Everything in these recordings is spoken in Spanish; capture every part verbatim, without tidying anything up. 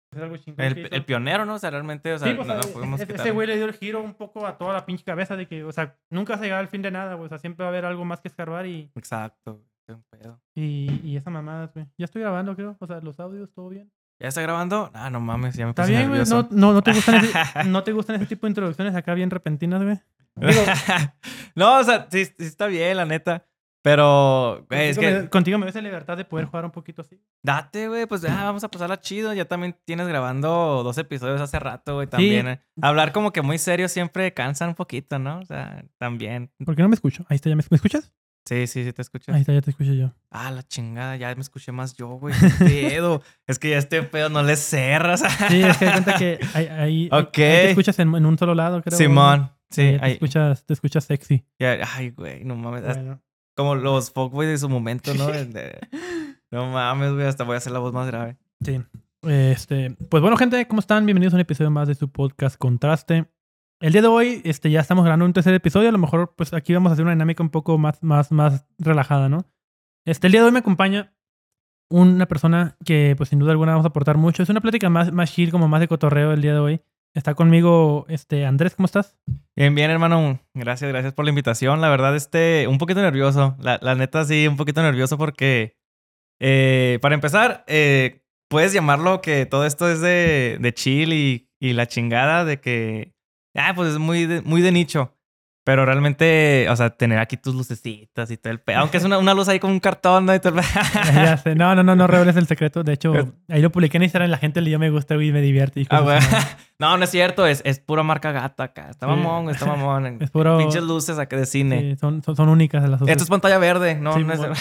Es algo chingón que El, hizo. el pionero, ¿no? O sea, realmente, o sea, Sí, pues, no, no o sea, podemos e- quitar. ese güey le dio el giro un poco a toda la pinche cabeza de que, o sea, nunca se llega al fin de nada, güey. O sea, siempre va a haber algo más que escarbar y, Exacto. Qué un pedo. y, y esa mamada, güey. Ya estoy grabando, creo. O sea, los audios, todo bien. ¿Ya está grabando? Ah, no mames, ya me Está puse bien, güey. No, nervioso. no, no te gustan ese, no te gustan ese tipo de introducciones acá bien repentinas, güey. Digo, No, o sea, sí, sí está bien, la neta. Pero, güey, es contigo, que me, contigo me ves la libertad de poder jugar un poquito así. date, güey, pues ah, vamos a pasarla chido. Ya también tienes grabando dos episodios hace rato, güey, también. Sí, eh. Hablar como que muy serio siempre cansa un poquito, ¿no? O sea, también. ¿por qué no me escucho? Ahí está, ¿ya me, ¿me escuchas? Sí, sí, sí te escuchas. Ahí está, ya te escucho yo. Ah, la chingada, ya me escuché más yo, güey. Qué pedo. Es que ya este pedo no le cerras. Sí, es que de cuenta que ahí, ahí, ahí- Ok. ahí te escuchas en, en un solo lado, creo. Simón. Sí, Sí, te ahí. escuchas, te escuchas sexy. Ya, ay, güey, no mames. hasta- Bueno. Como los fuckboys de su momento, ¿no? De- de- no mames, güey, hasta voy a hacer la voz más grave. Sí. Este, pues bueno, gente, ¿cómo están? Bienvenidos a un episodio más de su podcast Contraste. El día de hoy, este, ya estamos grabando un tercer episodio. A lo mejor, pues aquí vamos a hacer una dinámica un poco más, más, más relajada, ¿no? Este, el día de hoy me acompaña una persona que, pues sin duda alguna, vamos a aportar mucho. Es una plática más, más chill, como más de cotorreo el día de hoy. Está conmigo, este, Andrés, ¿cómo estás? Bien, bien, hermano. Gracias, gracias por la invitación. La verdad, este, un poquito nervioso. La, la neta, sí, un poquito nervioso porque, eh, para empezar, eh, puedes llamarlo que todo esto es de, de chill y, y la chingada de que, ah, pues es muy de, muy de nicho. Pero realmente, o sea, tener aquí tus lucecitas y todo el pedo. Aunque es una, una luz ahí con un cartón, ¿no? Y todo el Ya sé. No, no, no, no reveles el secreto. De hecho, ahí lo publiqué en Instagram y la gente le dio me gusta güey, y me divierte. Y Ah, cosas güey. así, ¿no? No, no es cierto. Es, es pura marca gata acá. Está Sí. mamón, güey, está mamón. Es puro- Pinches luces acá de cine. Sí, son, son, son únicas las Esto es pantalla verde, no, Sí, no es...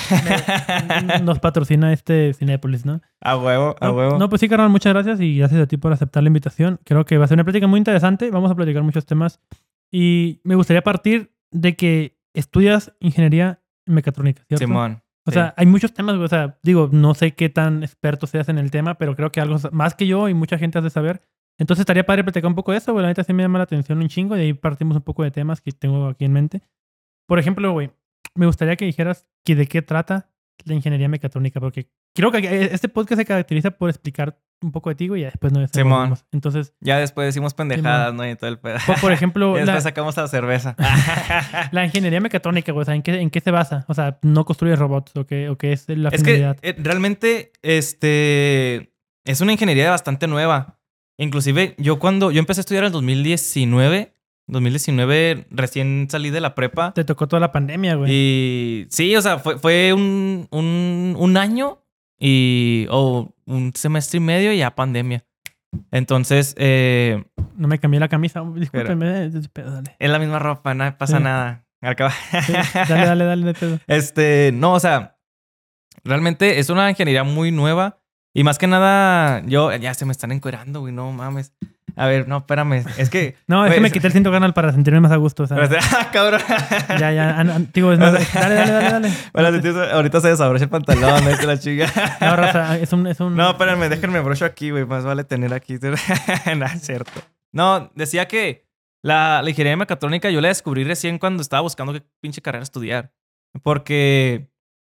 me- nos patrocina este Cinépolis, ¿no? A huevo, a No, huevo. no, pues sí, carnal, muchas gracias y gracias a ti por aceptar la invitación. Creo que va a ser una plática muy interesante. Vamos a platicar muchos temas. Y me gustaría partir de que estudias ingeniería en mecatrónica, ¿cierto? Simón. O sí. sea, hay muchos temas, güey. O sea, digo, no sé qué tan experto seas en el tema, pero creo que algo más que yo y mucha gente has de saber. Entonces estaría padre platicar un poco de eso, güey. La neta sí me llama la atención un chingo y ahí partimos un poco de temas que tengo aquí en mente. Por ejemplo, güey, me gustaría que dijeras que de qué trata la ingeniería mecatrónica, porque creo que este podcast se caracteriza por explicar un poco de ti, güey, y ya después no Simón. Entonces, Ya después decimos pendejadas, Simón. ¿no? Y todo el pedo. por, por ejemplo, Y después la, sacamos la cerveza. la ingeniería mecatrónica, güey, o sea, ¿en qué, ¿en qué se basa? O sea, ¿no construye robots o qué, o qué es la Es que finalidad? eh, realmente, este... Es una ingeniería bastante nueva. Inclusive, yo cuando... Yo empecé a estudiar en el dos mil diecinueve. dos mil diecinueve, recién salí de la prepa. Te tocó toda la pandemia, güey. Y sí, o sea, fue, fue un, un, un año y... O un semestre y medio y ya pandemia. Entonces, eh, No me cambié la camisa. Discúlpeme, pero dale. es la misma ropa, no pasa Sí. nada. Acaba. Sí, dale, dale, dale, no hay pedo. Este, no, o sea, realmente es una ingeniería muy nueva. Y más que nada, yo ya se me están encuerando, güey, no mames. A ver, no, espérame. Es que. No, es güey, que me quité el cinto canal para sentirme más a gusto. O sea, Ah, cabrón. ya, ya, an- an- digo, es más, dale, dale, dale, dale. Bueno, si tienes- ahorita se desabrocha el pantalón, ¿no? Es que la chica. No, raza, es un, es un... No, espérenme, déjenme brocho aquí, güey. Más vale tener aquí. No, es cierto. No, decía que la, la ingeniería mecatrónica yo la descubrí recién cuando estaba buscando qué pinche carrera estudiar. Porque,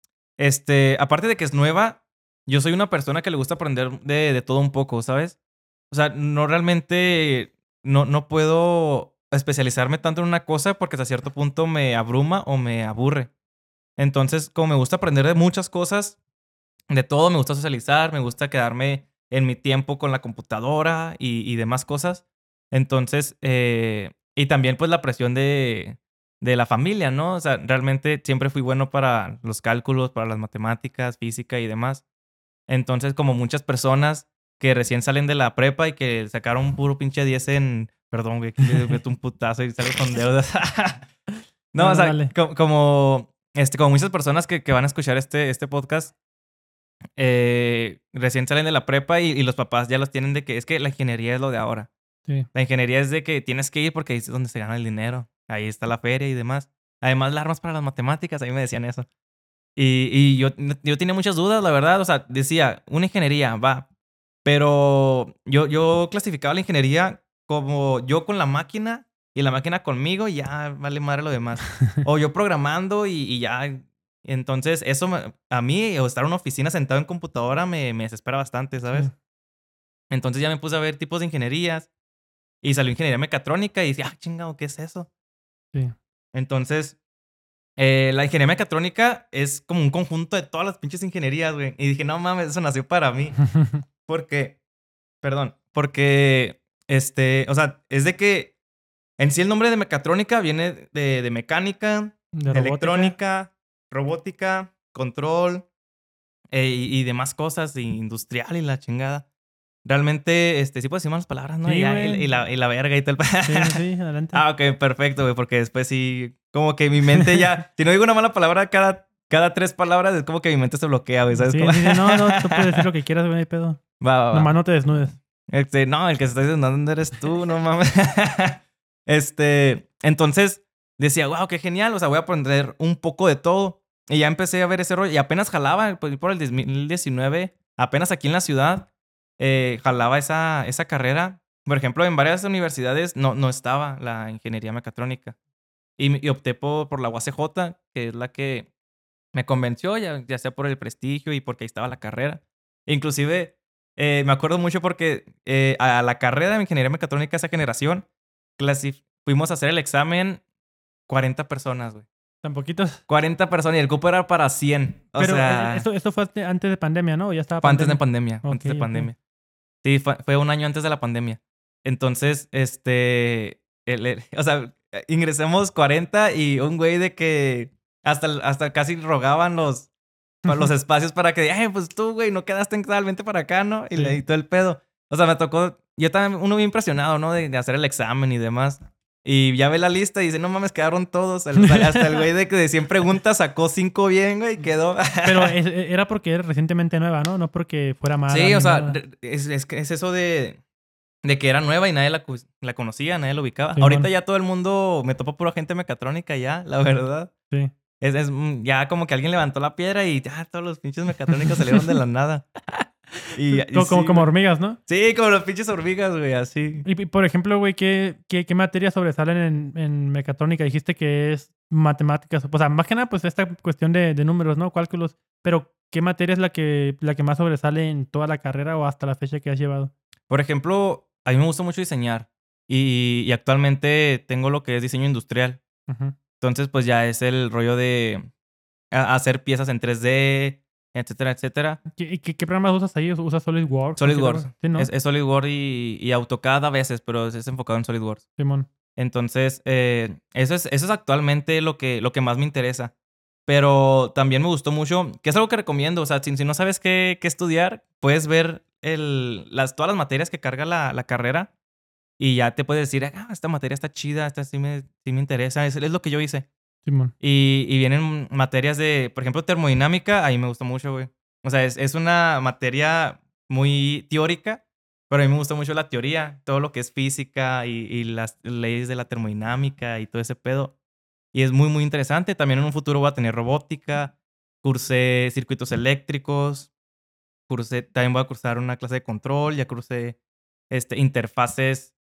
este, aparte de que es nueva, yo soy una persona que le gusta aprender de, de todo un poco, ¿sabes? O sea, no realmente, no, no puedo especializarme tanto en una cosa porque hasta cierto punto me abruma o me aburre. Entonces, como me gusta aprender de muchas cosas, de todo, me gusta socializar, me gusta quedarme en mi tiempo con la computadora y, y demás cosas. Entonces, eh, y también pues la presión de, de la familia, ¿no? O sea, realmente siempre fui bueno para los cálculos, para las matemáticas, física y demás. Entonces, como muchas personas que recién salen de la prepa y que sacaron un puro pinche diez en... Perdón, güey, que le meto un putazo y salgo con deudas. No, No, o no, sea, dale. co- como, este, como muchas personas que, que van a escuchar este, este podcast, eh, recién salen de la prepa y, y los papás ya los tienen de que es que la ingeniería es lo de ahora. Sí. La ingeniería es de que tienes que ir porque ahí es donde se gana el dinero. Ahí está la feria y demás. Además, las armas para las matemáticas, ahí me decían eso. Y, y yo, yo tenía muchas dudas, la verdad. O sea, decía, una ingeniería, va. Pero yo, yo clasificaba la ingeniería como yo con la máquina y la máquina conmigo y ya vale madre lo demás. O yo programando y, y ya. Entonces, eso me- a mí, o estar en una oficina sentado en computadora, me, me desespera bastante, ¿sabes? Sí. Entonces ya me puse a ver tipos de ingenierías y salió ingeniería mecatrónica y decía, ah, chingado, ¿qué es eso? Sí. Entonces, eh, la ingeniería mecatrónica es como un conjunto de todas las pinches ingenierías, güey. Y dije, no mames, eso nació para mí. Porque, perdón, porque, este, o sea, es de que en sí el nombre de mecatrónica viene de, de mecánica, De robótica. electrónica, robótica, control eh, y, y demás cosas, y industrial y la chingada. Realmente, este, sí puedo decir malas palabras, ¿no? Sí, y, ya, y, güey. y la, y la verga y todo el... Sí, sí, sí, adelante. Ah, ok, perfecto, güey, porque después sí, como que mi mente ya, si no digo una mala palabra cada, cada tres palabras, es como que mi mente se bloquea, güey, ¿sabes? Sí, cómo? sí, sí, no, no, tú puedes decir lo que quieras, güey, no hay pedo. Va, va, Nomás va. no te desnudes. Este, no, el que se está diciendo eres tú, no mames. Este, entonces decía, wow, qué genial, o sea, voy a aprender un poco de todo. Y ya empecé a ver ese rollo, y apenas jalaba, pues, por el dos mil diecinueve, apenas aquí en la ciudad, eh, jalaba esa, esa carrera. Por ejemplo, en varias universidades no, no estaba la ingeniería mecatrónica. Y, y opté por, por la U A C J, que es la que me convenció, ya, ya sea por el prestigio y porque ahí estaba la carrera. Inclusive, eh, me acuerdo mucho porque eh, a la carrera de ingeniería mecatrónica esa generación, clasif- fuimos a hacer el examen cuarenta personas, güey. Tan poquitos. cuarenta personas y el cupo era para cien. O Pero eh, sea, esto, esto fue ante- antes de pandemia, ¿no? ¿O ya estaba fue antes de pandemia? pandemia, fue Ok, antes de ok. pandemia. Sí, fue, fue un año antes de la pandemia. Entonces, este, el- el- o sea, ingresamos cuarenta y un güey de que hasta, hasta casi rogaban los, pa- los espacios para que, ay, pues tú, güey, no quedaste totalmente para acá, ¿no? Y Sí. le y todo el pedo. O sea, me tocó, yo también, uno bien impresionado, ¿no? De, de hacer el examen y demás. Y ya ve la lista y dice, no mames, quedaron todos. El- Hasta el güey de que de cien preguntas sacó cinco bien, güey, y quedó. Pero es- era porque era recientemente nueva, ¿no? No porque fuera mala Sí, o ni sea, nada. re- es, es, que es eso de, de que era nueva y nadie la, cu- la conocía, nadie la ubicaba. Simón. Ahorita ya todo el mundo me topa pura gente mecatrónica ya, la verdad. Sí. Es, es mm, ya como que alguien levantó la piedra y ya todos los pinches mecatrónicos salieron de la nada. Y, y Como, como, sí, como güey. hormigas, ¿no? Sí, como los pinches hormigas, güey, así. Y, y, por ejemplo, güey, ¿qué, qué, qué materias sobresalen en, en mecatrónica? Dijiste que es matemáticas. O sea, más que nada, pues esta cuestión de, de números, ¿no? Cálculos. Pero, ¿qué materia es la que, la que más sobresale en toda la carrera o hasta la fecha que has llevado? Por ejemplo, a mí me gusta mucho diseñar. Y, y actualmente tengo lo que es diseño industrial. Ujú. Entonces, pues ya es el rollo de a- hacer piezas en tres D, etcétera, etcétera. ¿Qué, qué, qué programas usas ahí? ¿Usas SolidWorks? o qué SolidWorks. cosa? Sí, ¿no? Es, es SolidWorks y, y AutoCAD a veces, pero es, es enfocado en SolidWorks. Simón. Entonces, eh, eso, es, eso es actualmente lo que, lo que más me interesa. Pero también me gustó mucho, que es algo que recomiendo. O sea, si, si no sabes qué, qué estudiar, puedes ver el, las, todas las materias que carga la, la carrera y ya te puedes decir, ah, esta materia está chida, esta sí me, sí me interesa. Es, es lo que yo hice. Simón. Y, y vienen materias de, por ejemplo, termodinámica, a mí me gusta mucho, güey. O sea, es, es una materia muy teórica, pero a mí me gusta mucho la teoría, todo lo que es física y, y las leyes de la termodinámica y todo ese pedo. Y es muy, muy interesante. También en un futuro voy a tener robótica, cursé circuitos eléctricos, cursé, también voy a cursar una clase de control, ya cursé este, interfaces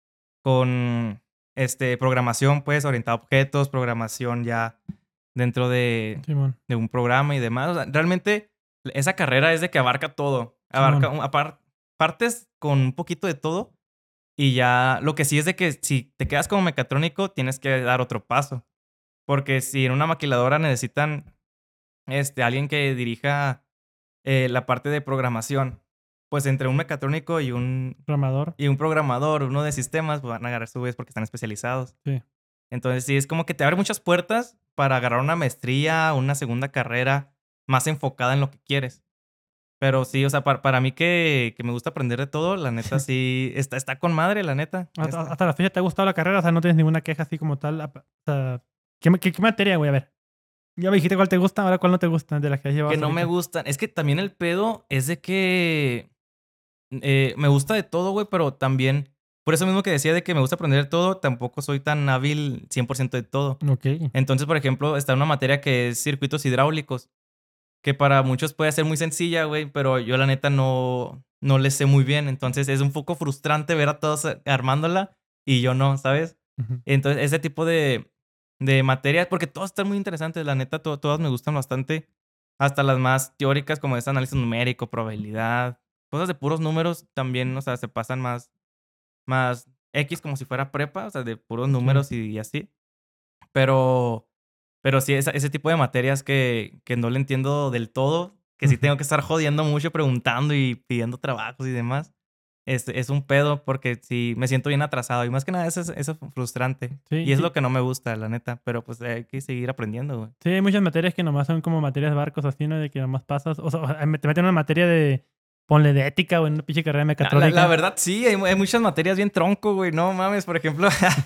con este, programación, pues, orientada a objetos, programación ya dentro de, Simón. de un programa y demás. O sea, realmente esa carrera es de que abarca todo. Simón. Abarca un- apar- partes con un poquito de todo. Y ya lo que sí es de que si te quedas como mecatrónico, tienes que dar otro paso. Porque si en una maquiladora necesitan este, alguien que dirija eh, la parte de programación, pues entre un mecatrónico y un, Programador. y un programador, uno de sistemas, pues van a agarrar su vez porque están especializados. Sí. Entonces sí, es como que te abre muchas puertas para agarrar una maestría, una segunda carrera más enfocada en lo que quieres. Pero sí, o sea, para, para mí que, que me gusta aprender de todo, la neta sí, está, está con madre, la neta. Hasta, Está. hasta la fecha te ha gustado la carrera, o sea, no tienes ninguna queja así como tal. O sea, ¿qué, qué, qué materia, güey? A ver. Ya me dijiste cuál te gusta, ahora cuál no te gusta de las que has llevado Que hasta no me ahorita. gustan. Es que también el pedo es de que eh, me gusta de todo, güey, pero también, por eso mismo que decía de que me gusta aprender de todo, tampoco soy tan hábil cien por ciento de todo. Ok. Entonces, por ejemplo, está una materia que es circuitos hidráulicos, que para muchos puede ser muy sencilla, güey, pero yo la neta no, no le sé muy bien. Entonces es un poco frustrante ver a todos armándola y yo no, ¿sabes? Ujú. Entonces, ese tipo de, de materias, porque todas están muy interesantes, la neta, to- todas me gustan bastante. Hasta las más teóricas, como es análisis numérico, probabilidad, cosas de puros números también, o sea, se pasan más, más X como si fuera prepa, o sea, de puros números Sí. y, y así. Pero, pero sí, esa- ese tipo de materias que, que no le entiendo del todo, que sí Ujú. tengo que estar jodiendo mucho, preguntando y pidiendo trabajos y demás. Es, es un pedo porque sí me siento bien atrasado. Y más que nada, eso es, eso es frustrante. Sí, Y es sí. lo que no me gusta, la neta. Pero pues hay que seguir aprendiendo, güey. Sí, hay muchas materias que nomás son como materias barcos así, ¿no? De que nomás pasas. O sea, o sea, te meten una materia de. Ponle de ética o en una pinche carrera de La, la- la mecatrónica. verdad, sí, hay, hay muchas materias bien tronco, güey. No mames, por ejemplo.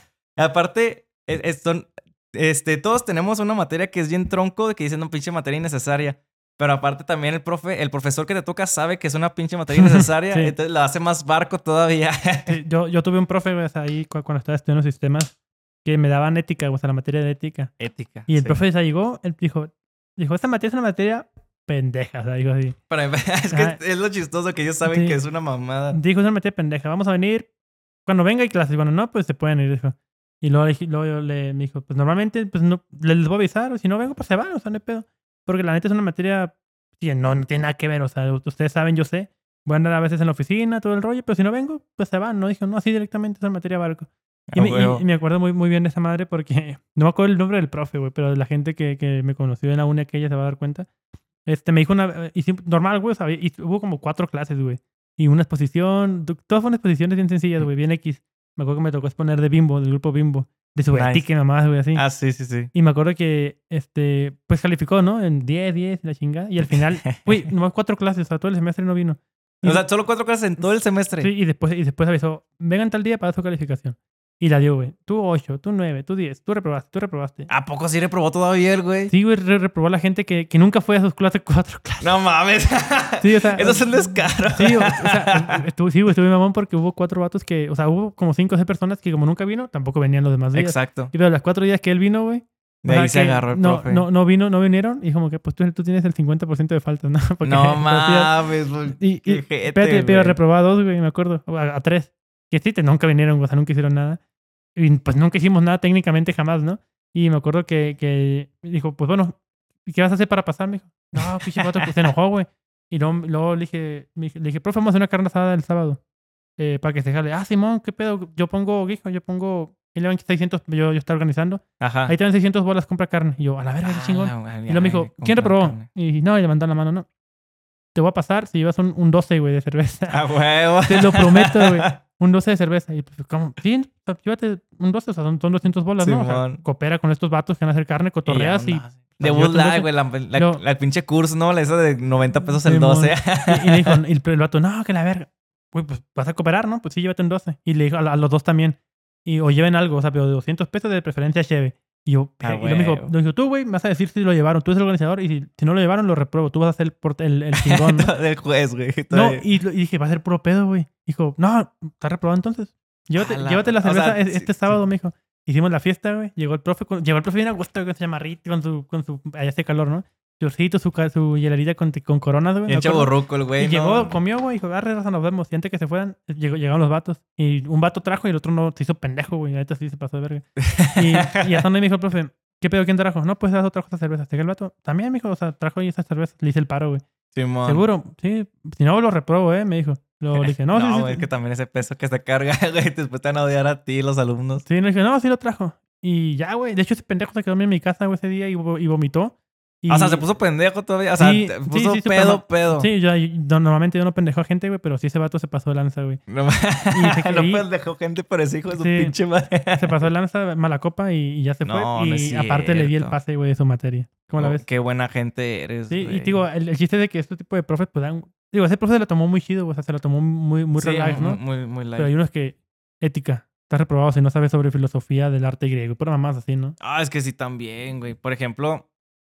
Aparte, es- es- son, este, todos tenemos una materia que es bien tronco, de que dicen, no, pinche materia innecesaria. Pero aparte también el profe, el profesor que te toca sabe que es una pinche materia innecesaria, Sí. entonces la hace más barco todavía. Sí, yo, yo tuve un profe, güey, o sea, ahí cu- cuando estaba estudiando sistemas, que me daban ética, o sea, la materia de ética. Ética, Y el sí. profe, o sea, llegó, él dijo, dijo, esta materia es una materia pendeja, o sea, dijo así. Para em- es Ajá. que es lo chistoso que ellos saben Sí. que es una mamada. Dijo, es una materia pendeja, vamos a venir cuando venga hay clases, cuando no, pues se pueden ir, dijo. Y luego, le dije- luego yo le, me dijo, pues normalmente, pues no, les voy a avisar, o si no vengo, pues se van, o sea, no hay pedo. Porque la neta es una materia, sí, no, no tiene nada que ver, o sea, ustedes saben, yo sé, voy a andar a veces en la oficina, todo el rollo, pero si no vengo, pues se van, no dijo, no, así directamente es una materia barco. Y A me, y- y huevo. me acuerdo muy, muy bien de esa madre porque, no me acuerdo el nombre del profe, güey, pero la gente que, que me conoció en la uni aquella se va a dar cuenta. Este, me dijo una, y sí, normal, güey, sabía, y hubo como cuatro clases, güey. Y una exposición, tu- todas fueron exposiciones bien sencillas, güey, bien X. Me acuerdo que me tocó exponer de Bimbo, del grupo Bimbo, de su Nice. ética y mamás, güey, así. Ah, sí, sí, sí. Y me acuerdo que, este, pues calificó, ¿no? En diez, diez, y la chingada. Y al final, güey, nomás cuatro clases, o sea, todo el semestre no vino. Y, O sea, solo cuatro clases en todo el sí, semestre. y después, y después avisó, vengan tal día para dar su calificación. Y la dio, güey. Tú ocho, tú nueve, tú diez, tú reprobaste, tú reprobaste. ¿A poco sí reprobó todavía el güey? Sí, güey, re- reprobó a la gente que, que nunca fue a sus clases cuatro clases. No mames. Sí, o sea, Eso es un descaro. Sí, o, o sea, estuvo, sí, güey, estuve mamón porque hubo cuatro vatos que, o sea, hubo como cinco o seis personas que como nunca vino, tampoco venían los demás días. Exacto. Y pero los cuatro días que él vino, güey, o De sea, ahí se que agarró el no, profe. no, no vino, no vinieron y como que pues tú, tú tienes el cincuenta por ciento de faltas, ¿no? Porque No dos días- mames, güey. Y, y Qué jete, espérate, pero güey. reprobaba a dos, güey, me acuerdo, o a, a tres. Que sí, te, nunca vinieron, o sea, nunca hicieron nada. Y pues nunca hicimos nada técnicamente jamás, ¿no? Y me acuerdo que, que dijo, pues bueno, ¿y qué vas a hacer para pasar? Me dijo, no, pinche vato, pues se enojó, güey. Y luego, luego le, dije, me dije- le dije, profe, vamos a hacer una carne asada el sábado. Eh, para que se jale. Ah, Simón, ¿qué pedo? Yo pongo, hijo, yo pongo, y le van seiscientos, yo, yo estaba organizando. Ajá. Ahí te dan seiscientos bolas, compra carne. Y yo, a la verga, qué Ah, chingón. la madre, Y luego me dijo, ay, ¿quién comprar reprobó? carne. Y no, y levantó la mano, no. Te voy a pasar si llevas un, un doce, güey, de cerveza. A huevo. Te lo prometo, güey. Un doce de cerveza. Y pues, ¿cómo? Sí, o sea, llévate un doce, o sea, son, son doscientos bolas, ¿no? O sea, Simón. coopera con estos vatos que van a hacer carne, cotorreas y... andas. De o sea, Bud llévate un Light, doce. güey. La, la, Lo- la pinche curso, ¿no? Esa de noventa pesos el Simón. doce. Y, y le dijo, y el, el vato, no, que la verga. Güey, pues vas a cooperar, ¿no? Pues sí, llévate un doce. Y le dijo a, a los dos también. Y, o lleven algo, o sea, pero de doscientos pesos de preferencia lleve. Y yo, Ah, y luego me dijo, huevo. me dijo, tú, güey, me vas a decir si lo llevaron. Tú eres el organizador y si, si no lo llevaron, lo repruebo. Tú vas a ser el, port- el, el chingón, ¿no? Del juez, güey. No, Todavía. y, lo- y dije, va a ser puro pedo, güey. Dijo, no, está reprobado entonces. Llévate, A la- llévate la o sea, cerveza es- sí, este sí. sábado, me dijo. Hicimos la fiesta, güey. Llegó el profe, con- llegó el profe bien a gusto, güey, con su chamarrita, con su, con su, allá hace calor, ¿no? Chorcito, su, ca- su hielerita con, con coronas, güey. Bien me acuerdo. chavorruco el güey, Y ¿no? llegó, comió, güey, dijo, agarre, raza, nos vemos. Y antes que se fueran, llegó, llegaron los vatos. Y un vato trajo y el otro no, se hizo pendejo, güey. Ahorita sí se pasó de verga. Y, y hasta donde me dijo el profe, ¿qué pedo? ¿Quién trajo? No, pues eso trajo esta cerveza. ¿Te el vato? También, me dijo, o sea, trajo ahí esa cerveza. Le hice el paro, güey. Simón. Seguro, sí. Si no, lo reprobo, ¿eh? Me dijo. Lo le dije, no, sí, no, sí, güey, sí. es que también ese peso que se carga, güey, después te van a odiar a ti, los alumnos. Sí, le dije, no, sí lo trajo. Y ya, güey. De hecho, ese pendejo se quedó en mi casa, güey, ese día y, vo- y vomitó. Y... O sea, se puso pendejo todavía. O sea, Sí, te sí, puso sí, súper pedo, mal. pedo. Sí, yo, yo- no- normalmente yo no pendejo a gente, güey, pero sí ese vato se pasó de lanza, güey. No, se no creí- pendejó gente por ese hijo de su Sí. pinche madre. Se pasó de lanza, mala copa y, y ya se fue. No, y no es aparte le di el cierto. pase, güey, de su materia. ¿Cómo la Oh, ves? Qué buena gente eres, Sí, y güey. te digo, el, el chiste es de que este tipo de profes, pues dan. Digo, ese profe se lo tomó muy chido, güey, o sea, se lo tomó muy, muy Sí, relax, ¿no? Muy, muy light. Pero hay unos que, ética, estás reprobado si no sabes sobre filosofía del arte griego. Pura mamás así, ¿no? Ah, es que sí, también, güey. Por ejemplo,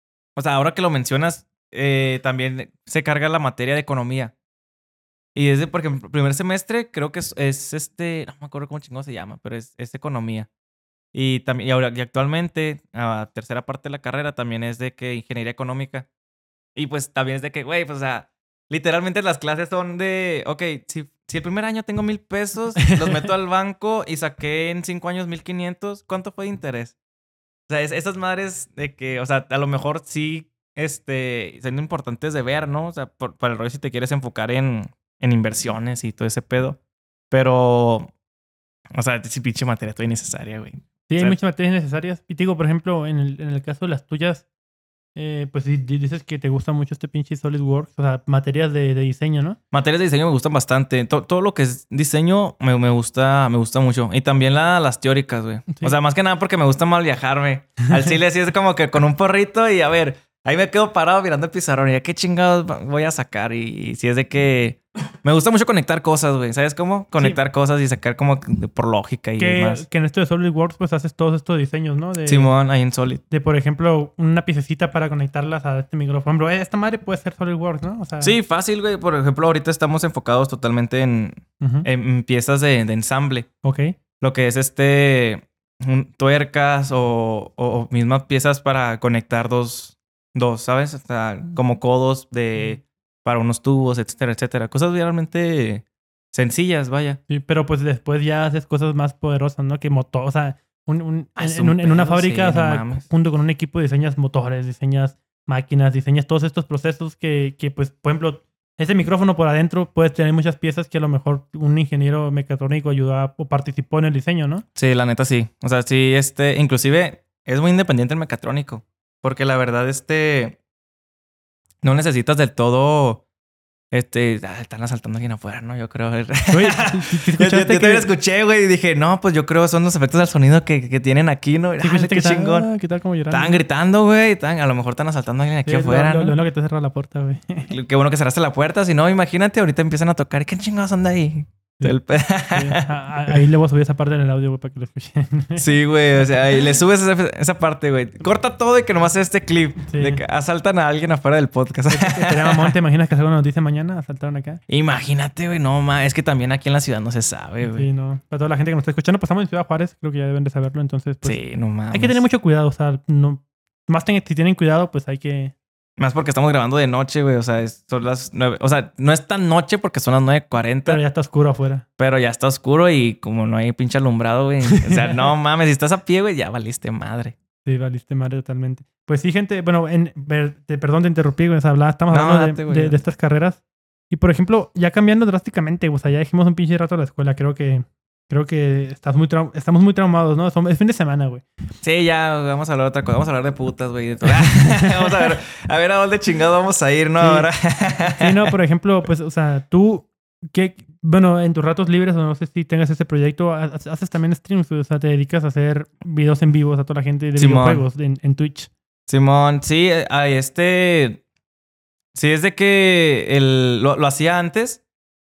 o sea, ahora que lo mencionas, eh, también se carga la materia de economía. Y desde, por ejemplo, primer semestre, creo que es, es este, no me acuerdo cómo chingón se llama, pero es, es economía. Y también, y ahora, y actualmente, a tercera parte de la carrera también es de que ingeniería económica. Y pues también es de que, güey, pues, o sea, literalmente las clases son de, ok, si, si el primer año tengo mil pesos, los meto al banco y saqué en cinco años mil quinientos, ¿cuánto fue de interés? O sea, es- esas madres de que, o sea, a lo mejor sí, este, son importantes de ver, ¿no? O sea, por, para el rollo si te quieres enfocar en, en inversiones y todo ese pedo. Pero, o sea, sí, pinche materia toda innecesaria, güey. Sí, O hay sea, muchas materias necesarias. Y te digo, por ejemplo, en el, en el caso de las tuyas, eh, pues di- di- dices que te gusta mucho este pinche SolidWorks, o sea, materias de, de diseño, ¿no? materias de diseño me gustan bastante. To- todo lo que es diseño me, me gusta, me gusta mucho. Y también la- las teóricas, güey. Sí. O sea, más que nada porque me gusta mal viajarme. Al chile sí es como que con un porrito y a ver, ahí me quedo parado mirando el pizarrón y ya qué chingados va- voy a sacar. Y, y si es de que me gusta mucho conectar cosas, güey. ¿Sabes cómo? Conectar cosas y sacar como de- por lógica y Que, demás. que en esto de SolidWorks, pues haces todos estos diseños, ¿no? De, Simón, ahí en Solid. de, por ejemplo, una piececita para conectarlas a este micrófono. Por ejemplo, eh, esta madre puede ser SolidWorks, ¿no? O sea, Sí, fácil, güey. Por ejemplo, ahorita estamos enfocados totalmente en, ujú. en piezas de, de ensamble. Ok. Lo que es este un- tuercas o, o- o mismas piezas para conectar dos, dos, ¿sabes? O sea, como codos de para unos tubos, etcétera, etcétera. Cosas realmente sencillas, vaya. Sí, pero pues después ya haces cosas más poderosas, ¿no? Que motor, o sea, un, un- Ah, en, es en un un- en una pedo, fábrica, sí, o sea, no mames. junto con un equipo diseñas motores, diseñas máquinas, diseñas todos estos procesos que, que, pues, por ejemplo, ese micrófono por adentro puede tener muchas piezas que a lo mejor un ingeniero mecatrónico ayudó a- o participó en el diseño, ¿no? Sí, la neta sí. O sea, sí, este, inclusive es muy independiente el mecatrónico. Porque la verdad, este, no necesitas del todo, este, ah, están asaltando a alguien afuera, ¿no? Yo creo. Oye, ¿sí- sí- sí Yo, yo- yo escuchaste también que- escuché, güey, y dije, no, pues yo creo que son los efectos del sonido que, que tienen aquí, ¿no? sí Ah, escuchaste qué que está- chingón. ah, ¿qué tal como llorando? Estaban gritando, güey. estaban- A lo mejor están asaltando a alguien aquí Sí, afuera, lo, lo- ¿no? lo que te cerra la puerta, güey. Qué bueno que cerraste la puerta. Si no, imagínate, ahorita empiezan a tocar. ¿Qué chingados anda ahí? Sí. El pe- Sí, a- a- ahí le voy a subir esa parte en el audio, güey, para que lo escuchen. Sí, güey. O sea, y le subes esa, esa parte, güey. Corta todo y que nomás sea este clip. Sí. De que asaltan a alguien afuera del podcast. Estaría mamón, ¿te imaginas que salga una noticia mañana? Asaltaron acá. Imagínate, güey. No, ma. Es que también aquí en la ciudad no se sabe, güey. Sí, no. Para toda la gente que nos está escuchando, pasamos en Ciudad Juárez, creo que ya deben de saberlo, entonces, pues, Sí, no mames. hay que tener mucho cuidado, o sea, no, más ten- si tienen cuidado, pues hay que... Más porque estamos grabando de noche, güey. O sea, es- son las nueve. O sea, no es tan noche porque son las nueve cuarenta. Pero ya está oscuro afuera. Pero ya está oscuro y como no hay pinche alumbrado, güey. O sea, no mames, si estás a pie, güey, ya valiste madre. Sí, valiste madre totalmente. Pues sí, gente, bueno, en, ver- te- perdón, te interrumpí, güey, o sea, habla- estamos No, hablando de- date, güey. de, de estas carreras. Y por ejemplo, ya cambiando drásticamente, o sea, ya dijimos un pinche rato a la escuela, creo que creo que estás muy trau- estamos muy traumados, ¿no? Son- Es fin de semana, güey. Sí, ya vamos a hablar de otra cosa. Vamos a hablar de putas, güey. de todo. Vamos a ver, a ver a dónde chingado vamos a ir, ¿no? Sí. Ahora. Sí, no, por ejemplo, pues, o sea, tú, ¿qué, bueno, en tus ratos libres, o no sé si tengas ese proyecto, ha- haces también streams, o sea, te dedicas a hacer videos en vivo a toda la gente de Simón. videojuegos en, en Twitch. Simón, sí, eh, a este. Sí, es de que el, lo, lo hacía antes.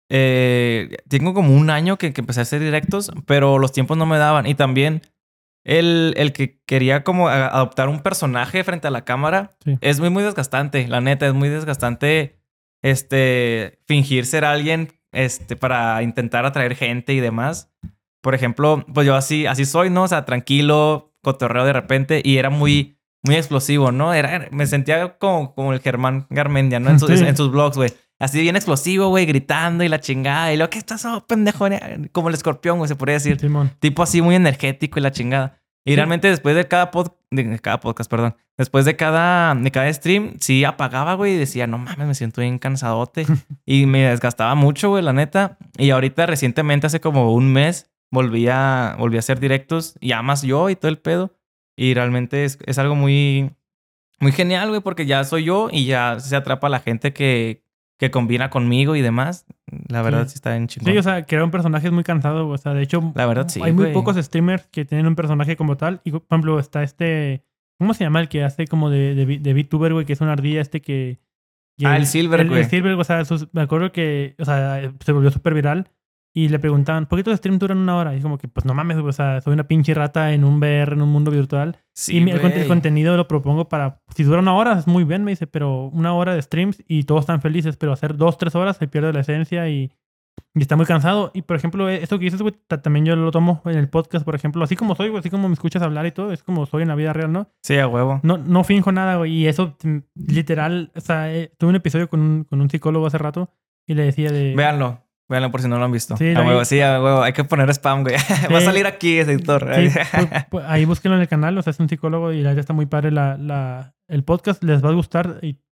Eh, tengo como un año que, que empecé a hacer directos, pero los tiempos no me daban. Y también el, el que quería como a- adoptar un personaje frente a la cámara Sí. es muy, muy desgastante. La neta, es muy desgastante este, fingir ser alguien este, para intentar atraer gente y demás. Por ejemplo, pues yo así, así soy, ¿no? O sea, tranquilo, cotorreo de repente y era muy, muy explosivo, ¿no? Era, me sentía como, como el Germán Garmendia, ¿no? En, sus- Sí. en sus vlogs, güey. Así bien explosivo, güey, gritando y la chingada. Y lo que estás, oh, pendejo, como el escorpión, güey, se podría decir. Simón. Tipo así muy energético y la chingada. Y Sí. realmente después de cada, pod- de, de cada podcast, perdón. Después de cada, de cada stream, sí apagaba, güey. Y decía, no mames, me siento bien cansadote. Y me desgastaba mucho, güey, la neta. Y ahorita recientemente, hace como un mes, volví a, volví a hacer directos. Ya más yo y todo el pedo. Y realmente es, es algo muy, muy genial, güey. Porque ya soy yo y ya se atrapa a la gente que, que combina conmigo y demás. La verdad sí, Sí. está bien chingón. Sí, o sea, crear un personaje es muy cansado, o sea, de hecho, La verdad, sí, hay muy güey. pocos streamers que tienen un personaje como tal. Y, por ejemplo, está este, ¿cómo se llama el que hace como de, de, vi- de VTuber, güey? Que es una ardilla este que... que- Ah, el Silver, el, güey. el Silver, o sea, sus- me acuerdo que, o sea, se volvió súper viral. Y le preguntaban, ¿por qué tus streams duran una hora? Y es como que, pues no mames, güey, o sea, soy una pinche rata en un V R, en un mundo virtual. Sí, y mi- el, cont- el güey. contenido lo propongo para... Si dura una hora, es muy bien, me dice, pero una hora de streams y todos están felices, pero hacer dos, tres horas se pierde la esencia y, y está muy cansado. Y, por ejemplo, eh, esto que dices, güey, ta- también yo lo tomo en el podcast, por ejemplo, así como soy, güey, así como me escuchas hablar y todo, es como soy en la vida real, ¿no? Sí, a huevo. No, no finjo nada, güey, y eso, mm, literal, o sea, eh, tuve un episodio con un, con un psicólogo hace rato y le decía de... Véanlo. Véanlo por si no lo han visto. Sí, a ahí- huevo, sí, a huevo. Hay que poner spam, güey. Va a salir aquí, editor. Sí, pues, pues, ahí búsquenlo en el canal, o sea, es un psicólogo y la verdad está muy padre la, la, el podcast, les va a gustar y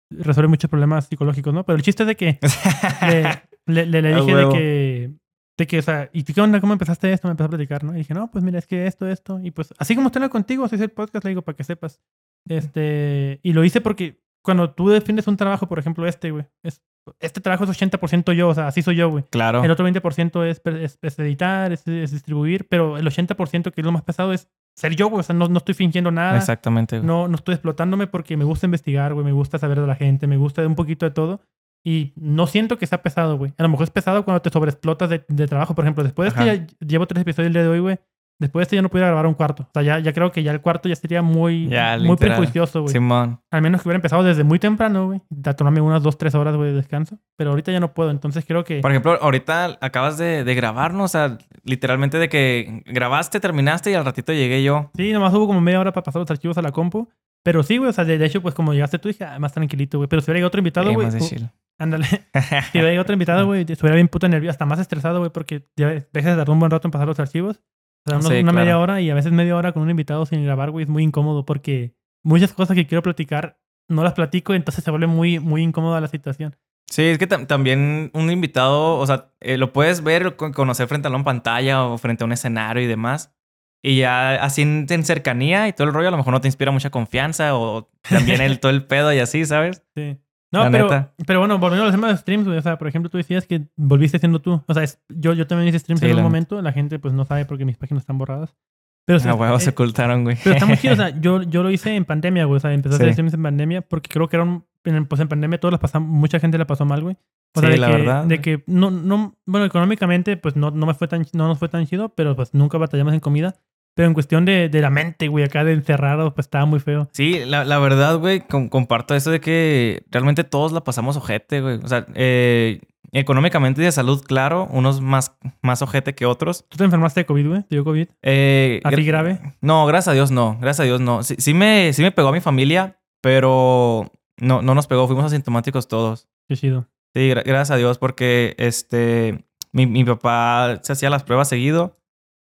resuelve muchos problemas psicológicos, ¿no? Pero el chiste es de que le, le, le, le A dije de huevo. que, de que, o sea, ¿y tú qué onda? ¿Cómo empezaste esto? Me empezó a platicar, ¿no? Y dije, no, pues mira, es que esto, esto. Y pues, así como estoy contigo, así es el podcast, le digo, para que sepas. Este, y lo hice porque cuando tú defines un trabajo, por ejemplo, este, güey, es, este trabajo es ochenta por ciento yo, o sea, así soy yo, güey. Claro. El otro veinte por ciento es, es, es editar, es, es distribuir, pero el ochenta por ciento que es lo más pesado es ser yo, güey. O sea, no, no estoy fingiendo nada. Exactamente, güey. No, no estoy explotándome porque me gusta investigar, güey. Me gusta saber de la gente, me gusta un poquito de todo. Y no siento que sea pesado, güey. A lo mejor es pesado cuando te sobreexplotas de, de trabajo. Por ejemplo, después Ajá. de que ya llevo tres episodios el día de hoy, güey. Después de este ya no pudiera grabar un cuarto. O sea, ya, ya creo que ya el cuarto ya sería muy, Ya, muy literal. prejuicioso, güey. Simón. Al menos que hubiera empezado desde muy temprano, güey. De tomarme unas dos, tres horas, güey, de descanso. Pero ahorita ya no puedo. Entonces creo que... Por ejemplo, ahorita acabas de, de grabarnos, o sea, literalmente de que grabaste, terminaste y al ratito llegué yo. Sí, nomás hubo como media hora para pasar los archivos a la compu. Pero sí, güey, o sea, de, de hecho, pues como llegaste tú, dije, ah, más tranquilito, güey. Pero si hubiera llegado otro invitado, Eh, güey. más de uh, chill. ándale. Si hubiera llegado otro invitado, güey, estuviera bien puta nervioso, hasta más estresado, güey, porque ya ves, a veces tardó un buen rato en pasar los archivos. O sea, unos- Sí, una claro. media hora y a veces media hora con un invitado sin grabar, güey, es muy incómodo porque muchas cosas que quiero platicar no las platico, entonces se vuelve muy, muy incómoda la situación. Sí, es que tam- también un invitado, o sea, eh, lo puedes ver, con- conocer frente a una pantalla o frente a un escenario y demás. Y ya así en, en cercanía y todo el rollo, a lo mejor no te inspira mucha confianza o también el, todo el pedo y así, ¿sabes? Sí. No, La pero, neta. pero bueno, volviendo a los temas de streams, güey. O sea, por ejemplo, tú decías que volviste siendo tú. O sea, es- yo, yo también hice streams Sí, en un la neta. momento. La gente pues no sabe porque mis páginas están borradas. Pero, o sea, Ah, huevos se eh, ocultaron, güey. pero está muy chido. O sea, yo, yo lo hice en pandemia, güey. O sea, empecé a hacer Sí. streams en pandemia porque creo que era un... en- Pues en pandemia todos las pasamos... Mucha gente la pasó mal, güey. O sea, Sí, de la que, verdad, de güey. que no, no... Bueno, económicamente pues no, no me fue tan... No nos fue tan chido, pero pues nunca batallamos en comida. Pero en cuestión de, de la mente, güey, acá de encerrado, pues estaba muy feo. Sí, la, la verdad, güey, com- comparto eso de que realmente todos la pasamos ojete, güey. O sea, eh, económicamente y de salud, claro, unos más, más ojete que otros. ¿Tú te enfermaste de COVID, güey? ¿Te dio COVID? Eh, ¿Así gra- grave? No, gracias a Dios no. Gracias a Dios no. Sí, sí me, sí me pegó a mi familia, pero no, no nos pegó. Fuimos asintomáticos todos. Qué chido. Sí, gra- gracias a Dios porque este, mi, mi papá se hacía las pruebas seguido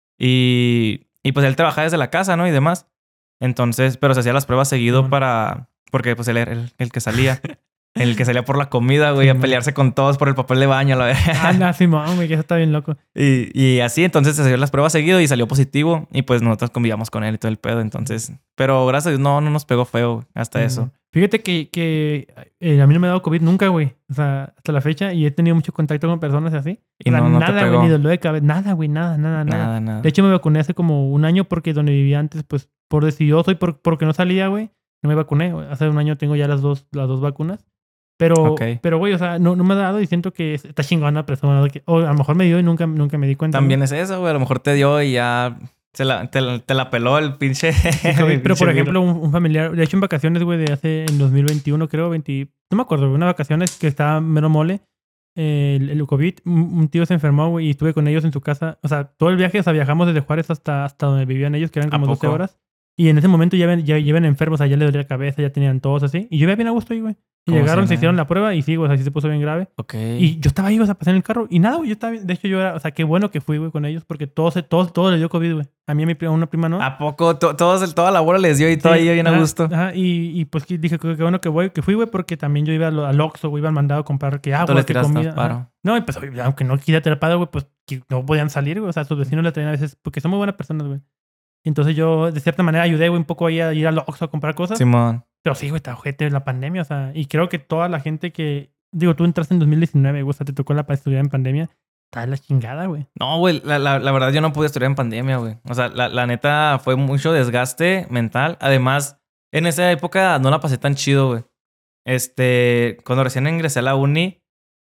y, y pues él trabajaba desde la casa, ¿no? Y demás. Entonces, pero se hacía las pruebas seguido Simón. para... Porque pues él era el, el que salía. El que salía por la comida, güey, a Simón. pelearse con todos por el papel de baño, la verdad. Ah, no, Simón, güey, que eso está bien loco. Y, y así, entonces se hacían las pruebas seguido y salió positivo. Y pues nosotros convivíamos con él y todo el pedo. Entonces, pero gracias a Dios no, no nos pegó feo hasta eso. Mm. Fíjate que, que eh, a mí no me ha dado COVID nunca, güey. O sea, hasta la fecha. Y he tenido mucho contacto con personas así. Y O sea, no, no te nada, pegó. güey, ni dolor de cabeza. Nada, güey, nada, nada, nada. Nada, nada. De hecho, me vacuné hace como un año porque donde vivía antes, pues, por decidioso y por, porque no salía, güey, no me vacuné. Güey. Hace un año tengo ya las dos, las dos vacunas. Pero, Ok. pero, güey, o sea, no, no me ha dado y siento que está chingona la persona. de que- o a lo mejor me dio y nunca, nunca me di cuenta. También ¿no? es eso, güey. A lo mejor te dio y ya se la, te, la- te la peló el pinche. Pero, el por pinche ejemplo, un, un familiar, de hecho en vacaciones, güey, de hace en dos mil veintiuno, creo, veinte, no me acuerdo, güey, unas vacaciones que estaba mero mole, eh, el, el COVID, un, un tío se enfermó, güey, y estuve con ellos en su casa. O sea, todo el viaje, o sea, viajamos desde Juárez hasta, hasta donde vivían ellos, que eran ¿A como doce poco? horas. Y en ese momento ya ven, ya, ya iban enfermos, o sea, ya les dolía la cabeza, ya tenían tos así. Y yo iba bien a gusto ahí, güey. Y ¿Cómo llegaron, se se llama? hicieron la prueba y sí, güey, o sea, sí se puso bien grave. Ok. Y yo estaba ahí, o sea, pasé en el carro y nada, güey, yo estaba bien. De hecho, yo era, o sea, qué bueno que fui, güey, con ellos porque todos, todos, todos les dio COVID, güey. A mí, a mi prima, una prima, ¿no? ¿A poco? To- Todos, toda la bola les dio y todo Sí, ahí bien a ajá, gusto. Ajá, y, y pues que dije que, que bueno que voy, que fui, güey, porque también yo iba al, al Oxxo, güey, iba al mandado a comprar que Tú agua, le que tiraste comida. paro. ajá. No, y pues oye, aunque no quisiera tirar paro, güey, pues que no podían salir, güey. O sea, sus vecinos le traían a veces, porque son muy buenas personas, güey. Y entonces yo, de cierta manera, ayudé, güey, un poco ahí a ir al Oxxo a comprar cosas. Simón. Pero sí, güey, está ojete la pandemia, o sea, y creo que toda la gente que, digo, tú entraste en dos mil diecinueve, güey, o sea, te tocó la para estudiar en pandemia, está de la chingada, güey. No, güey, la, la, la verdad yo no pude estudiar en pandemia, güey. O sea, la, la neta fue mucho desgaste mental. Además, en esa época no la pasé tan chido, güey. Este, cuando recién ingresé a la uni,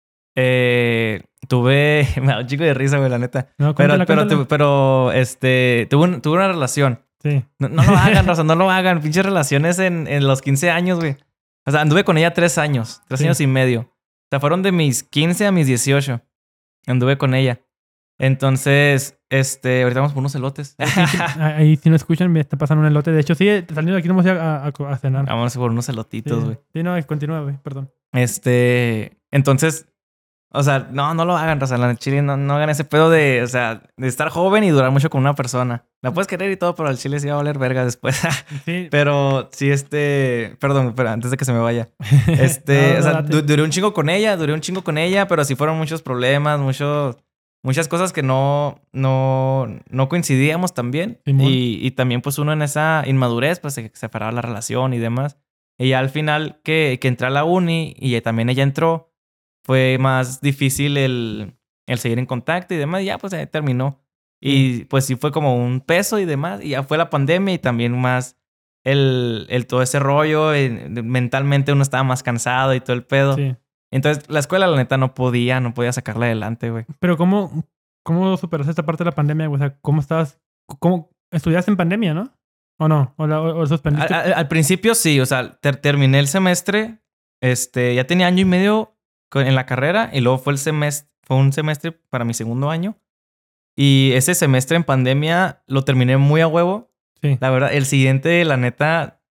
eh, tuve, me da un chico de risa, güey, la neta. No, Pero, cuéntala, pero, cuéntala. tu- pero, este, tuve, un- tuve una relación. Sí. No, no lo hagan, Rosa, no lo hagan. Pinches relaciones en, en los quince años, güey. O sea, anduve con ella tres años, tres Sí. años y medio. O sea, fueron de mis quince a mis dieciocho. Anduve con ella. Entonces, este, ahorita vamos por unos elotes. Ahí, si no escuchan, me está pasando un elote. De hecho, sí, saliendo de aquí no vamos a ir a, a, a cenar. Vamos por unos elotitos, Sí. güey. Sí, no, continúa, güey, perdón. Este, entonces, O sea, no, no lo hagan, o sea, la chile no, no hagan ese pedo de, o sea, de estar joven y durar mucho con una persona. La puedes querer y todo, pero al chile sí va a valer verga después. Sí. Pero sí, este, perdón, pero antes de que se me vaya. Este, No, o sea, no, date. du- duré un chingo con ella, duré un chingo con ella, pero sí fueron muchos problemas, muchos, muchas cosas que no, no, no coincidíamos también. Simón. Y, y también, pues, uno en esa inmadurez, pues, se separaba la relación y demás. Y ya al final que, que entré a la uni y también ella entró, fue más difícil el, el seguir en contacto y demás. Y ya, pues, se terminó. Y pues sí fue como un peso y demás. Y ya fue la pandemia y también más el, el todo ese rollo. eh, mentalmente uno estaba más cansado y todo el pedo. Sí. Entonces la escuela, la neta, no podía, no podía sacarla adelante, güey. Pero ¿cómo, cómo superaste esta parte de la pandemia, güey? O sea, ¿cómo estabas? ¿Cómo estudiaste en pandemia, no? ¿O no? ¿O, la, o, o Al, suspendiste? al- al principio sí, o sea, ter- terminé el semestre. Este, ya tenía año y medio con- en la carrera y luego fue el semestre, fue un semestre para mi segundo año. Y ese semestre en pandemia lo terminé muy a huevo. Sí. La verdad, el siguiente, la neta,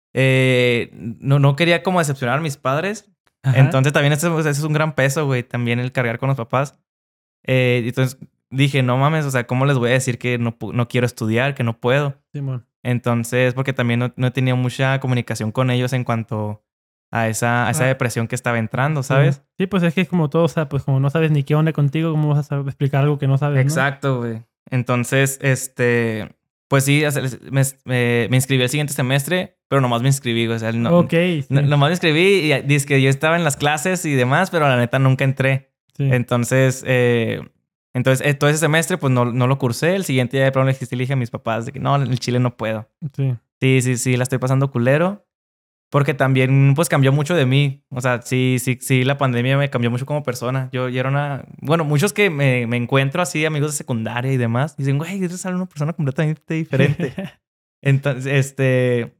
eh, no, no quería como decepcionar a mis padres. Ajá. Entonces también ese, ese es un gran peso, güey. También el cargar con los papás. Eh, entonces dije, no mames, o sea, ¿cómo les voy a decir que no, pu- no quiero estudiar, que no puedo? Simón. Entonces, porque también no, no he tenido mucha comunicación con ellos en cuanto a esa, a esa Ah. depresión que estaba entrando, ¿sabes? Sí. Sí, pues es que es como todo, o sea, pues como no sabes ni qué onda contigo, ¿cómo vas a saber explicar algo que no sabes, no? Exacto, güey. Entonces, este, pues sí, o sea, me, me, me inscribí el siguiente semestre, pero nomás me inscribí, güey. O sea, no, Ok, sí. no- nomás me inscribí y dice que yo estaba en las clases y demás, pero la neta nunca entré. Sí. Entonces, eh, entonces eh, todo ese semestre, pues no, no lo cursé. El siguiente día de pronto le dije, le dije a mis papás de que no, en el Chile no puedo. Sí. Sí, sí, sí, la estoy pasando culero. Porque también, pues, cambió mucho de mí. O sea, sí, sí, sí, la pandemia me cambió mucho como persona. Yo, yo era una... Bueno, muchos que me, me encuentro así, amigos de secundaria y demás, dicen, güey, eres una persona completamente diferente. Entonces, este...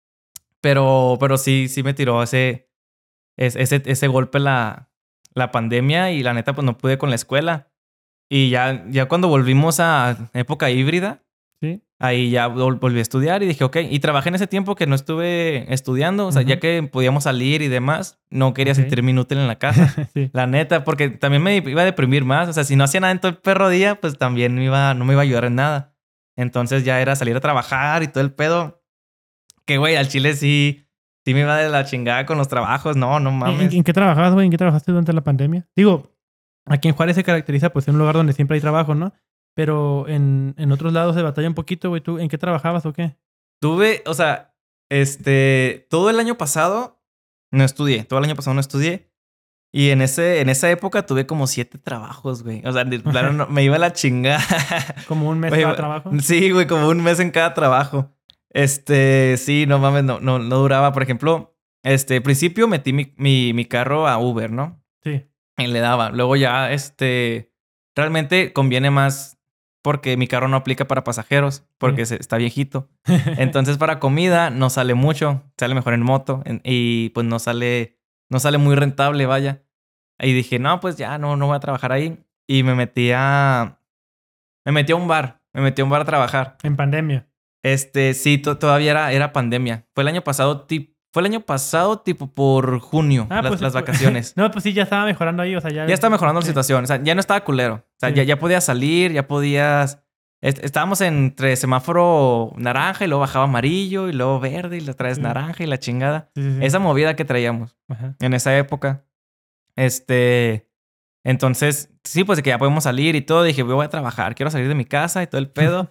Pero, pero sí, sí me tiró ese, ese, ese, ese golpe la, la pandemia y la neta, pues, no pude con la escuela. Y ya, ya cuando volvimos a época híbrida, Sí. ahí ya vol- volví a estudiar y dije, ok. Y trabajé en ese tiempo que no estuve estudiando. O sea, Ujú. ya que podíamos salir y demás, no quería Ok. sentirme inútil en la casa. Sí. La neta, porque también me iba a deprimir más. O sea, si no hacía nada en todo el perro día, pues también me iba, no me iba a ayudar en nada. Entonces ya era salir a trabajar y todo el pedo. Que, güey, al chile sí, sí me iba de la chingada con los trabajos. No, no ¿En, mames. en qué trabajabas, güey? ¿En qué trabajaste durante la pandemia? Digo, aquí en Juárez se caracteriza pues en un lugar donde siempre hay trabajo, ¿no? Pero en, en otros lados se batalla un poquito, güey. ¿Tú en qué trabajabas o qué? Tuve, o sea, este, todo el año pasado no estudié. Todo el año pasado no estudié. Y en, ese, en esa época tuve como siete trabajos, güey. O sea, de plano no- me iba a la chingada. Como un mes Me cada iba- trabajo. Sí, güey, como un mes en cada trabajo. Este, sí, no mames, no, no, no duraba. Por ejemplo, este, al principio metí mi, mi, mi carro a Uber, ¿no? Sí. Y le daba. Luego ya, este, realmente conviene más porque mi carro no aplica para pasajeros, porque se- está viejito. Entonces, para comida no sale mucho, sale mejor en moto en- y pues no sale, no sale muy rentable, vaya. Y dije, no, pues ya no, no voy a trabajar ahí. Y me metí a, me metí a un bar, me metí a un bar a trabajar. En pandemia. Este, sí, to- todavía era, era pandemia. Fue el año pasado, tip- fue el año pasado, tipo por junio, Ah, las, pues, las pues- vacaciones. No, pues sí, ya estaba mejorando ahí, o sea, ya... Ya está mejorando la Sí. situación. O sea, ya no estaba culero. O sea, Sí. ya, ya podías salir, ya podías. est- Estábamos entre semáforo naranja y luego bajaba amarillo y luego verde y la otra vez Sí. naranja y la chingada. Sí, sí, sí. Esa movida que traíamos Ajá. en esa época. Este. Entonces, sí, pues de que ya podemos salir y todo. Dije, voy a trabajar, quiero salir de mi casa y todo el pedo.